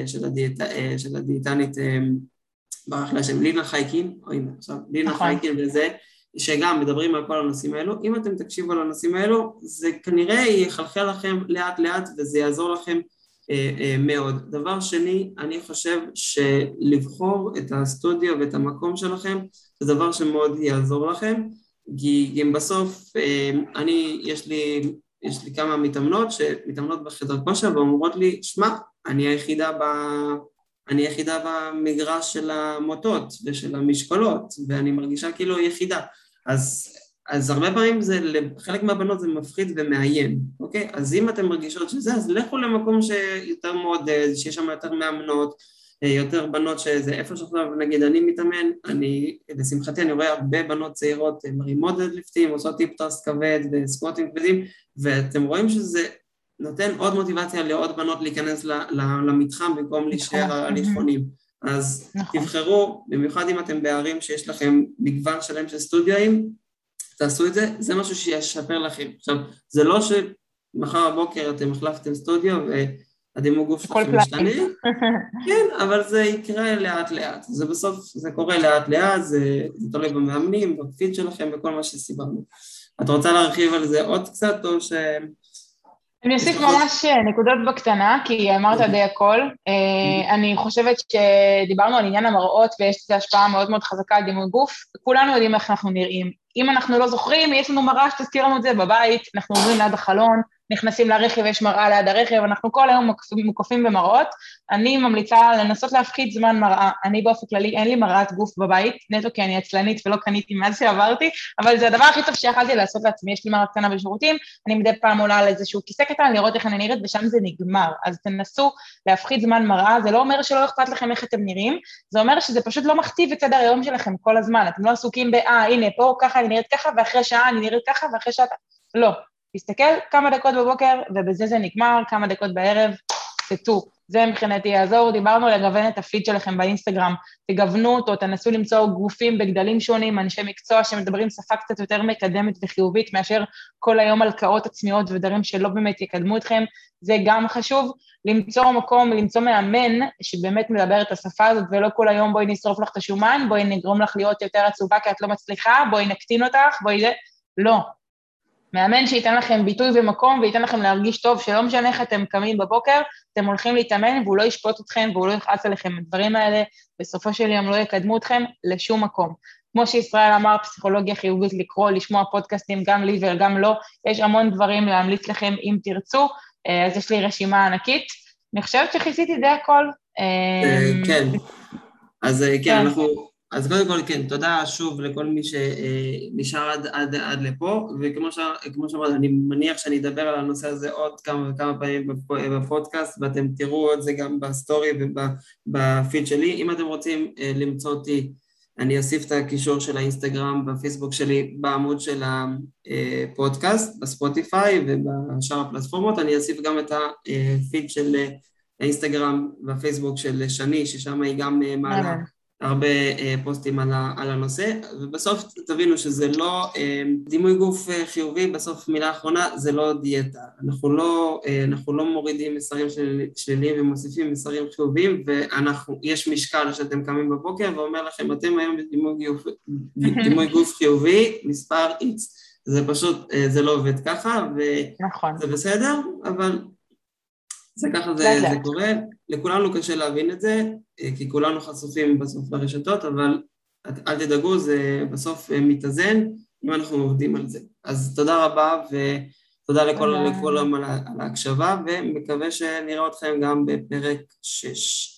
של הדיאטנית ברח לה שם לינה חייקין, או הנה עכשיו, לינה חייקין וזה, שגם מדברים על כל הנושאים האלו. אם אתם תקשיבו על הנושאים האלו, זה כנראה יחלחל לכם לאט לאט, וזה יעזור לכם מאוד. דבר שני, אני חושב שלבחור את הסטודיו ואת המקום שלכם, זה דבר שמאוד יעזור לכם, כי גם בסוף, יש לי כמה מתאמנות בחדר כושר, ואומרות לי, שמע, אני היחידה במגרש של המוטות ושל המשקולות, ואני מרגישה כאילו יחידה. אז הרבה פעמים לחלק מהבנות זה מפחיד ומאיים, אוקיי? אז אם אתם מרגישות שזה, אז לכו למקום שיותר מעודד, שיש שם יותר מאמנות, יותר בנות שזה איפה שעכשיו, נגיד, אני מתאמן, לשמחתי אני רואה הרבה בנות צעירות מרימות דדליפטים, עושות טיפ-טרסט כבד וסקווטים כבדים, ואתם רואים שזה נותן עוד מוטיבציה לעוד בנות להיכנס למתחם במקום להישאר הליכונים. אז תבחרו, במיוחד אם אתם בערים שיש לכם מגוון שלם של סטודיואים, תעשו את זה, זה משהו שישפר לכם. עכשיו, זה לא שמחר בבוקר אתם החלפתם סטודיו והדימוי גוף שלכם משתנה, כן, אבל זה יקרה לאט לאט. זה בסוף, זה קורה לאט לאט, זה תלוי במאמנים, בפיד שלכם וכל מה שסיברנו. את רוצה להרחיב על זה עוד קצת או ש... אני אוסיף ממש נקודות בקטנה, כי אמרת די הכל. אני חושבת שדיברנו על עניין המראות, ויש לזה השפעה מאוד מאוד חזקה על דימוי גוף, וכולנו יודעים איך אנחנו נראים. אם אנחנו לא זוכרים, יש לנו מראה שתזכיר לנו את זה בבית, אנחנו עוברים ליד החלון, נכנסים לרכב, יש מראה ליד הרכב, אנחנו כל היום מוקפים במראות. אני ממליצה לנסות להפחית זמן מראה. אני באופן כללי, אין לי מראת גוף בבית, נטו כי אני עצלנית ולא קניתי מאז שעברתי, אבל זה הדבר הכי טוב שיכלתי לעשות לעצמי. יש לי מראה קטנה בשירותים, אני מדי פעם עולה על איזשהו כיסא קטן, לראות איך אני נראית, ושם זה נגמר. אז תנסו להפחית זמן מראה, זה לא אומר שלא אכפת לכם איך אתם נראים, זה אומר שזה פשוט לא מכתיב את סדר היום שלכם כל הזמן. אתם לא עסוקים הנה, פה ככה אני נראית ככה, ואחרי שעה אני נראית ככה, ואחרי שעה... לא. תסתכל כמה דקות בבוקר, ובזה זה נגמר, כמה דקות בערב, תטו. זה מבחינתי יעזור. דיברנו לגוון את הפיד שלכם באינסטגרם, תגוונו אותו, תנסו למצוא גופים בגדלים שונים, אנשי מקצוע שמדברים שפה קצת יותר מקדמת וחיובית, מאשר כל היום הלקאות עצמיות ודברים שלא באמת יקדמו אתכם. זה גם חשוב, למצוא מקום, למצוא מאמן שבאמת מדבר את השפה הזאת, ולא כל היום בואי נשרוף לך את השומן, בואי נגרום לך להיות יותר עצובה כי את לא מצליחה, בואי נקטין אותך, בואי זה, לא. מאמן שייתן לכם ביטוי ומקום, וייתן לכם להרגיש טוב, שלא משנה איך אתם קמים בבוקר, אתם הולכים להתאמן, והוא לא ישפוט אתכם, והוא לא יכעס עליכם. הדברים האלה, בסופו של יום לא יקדמו אתכם לשום מקום. כמו שישראל אמר, פסיכולוגיה חיובית לקרוא, לשמוע פודקאסטים, גם לי וגם לא, יש המון דברים להמליץ לכם אם תרצו, אז יש לי רשימה ענקית. אני חושבת שכיסיתי די הכל. כן, אז כן, אז קודם כל, כן, תודה שוב לכל מי שנשאר עד לפה, וכמו שאמרת, אני מניח שאני אדבר על הנושא הזה עוד כמה פעמים בפודקאסט, ואתם תראו את זה גם בסטורי ובפיד שלי. אם אתם רוצים למצוא אותי, אני אוסיף את הקישור של האינסטגרם בפייסבוק שלי בעמוד של הפודקאסט, בספוטיפיי ובשאר הפלטפורמות. אני אוסיף גם את הפיד של האינסטגרם והפייסבוק של שני, ששם היא גם מעלה הרבה פוסטים על הנושא, ובסוף תבינו שזה לא, דימוי גוף חיובי, בסוף מילה האחרונה, זה לא דיאטה. אנחנו לא מורידים מסרים שליליים ומוסיפים מסרים חיוביים, ויש משקל שאתם קמים בבוקר ואומר לכם, אתם היום דימוי גוף חיובי, מספר X. זה פשוט, זה לא עובד ככה, וזה בסדר, אבל זה ככה זה קורה. לכולנו קשה להבין את זה, כי כולנו חשופים בסוף לרשתות, אבל אל תדאגו, זה בסוף מתאזן אם אנחנו עובדים על זה. אז תודה רבה, ותודה לכולם על ההקשבה, ומקווה שנראה אתכם גם בפרק 6.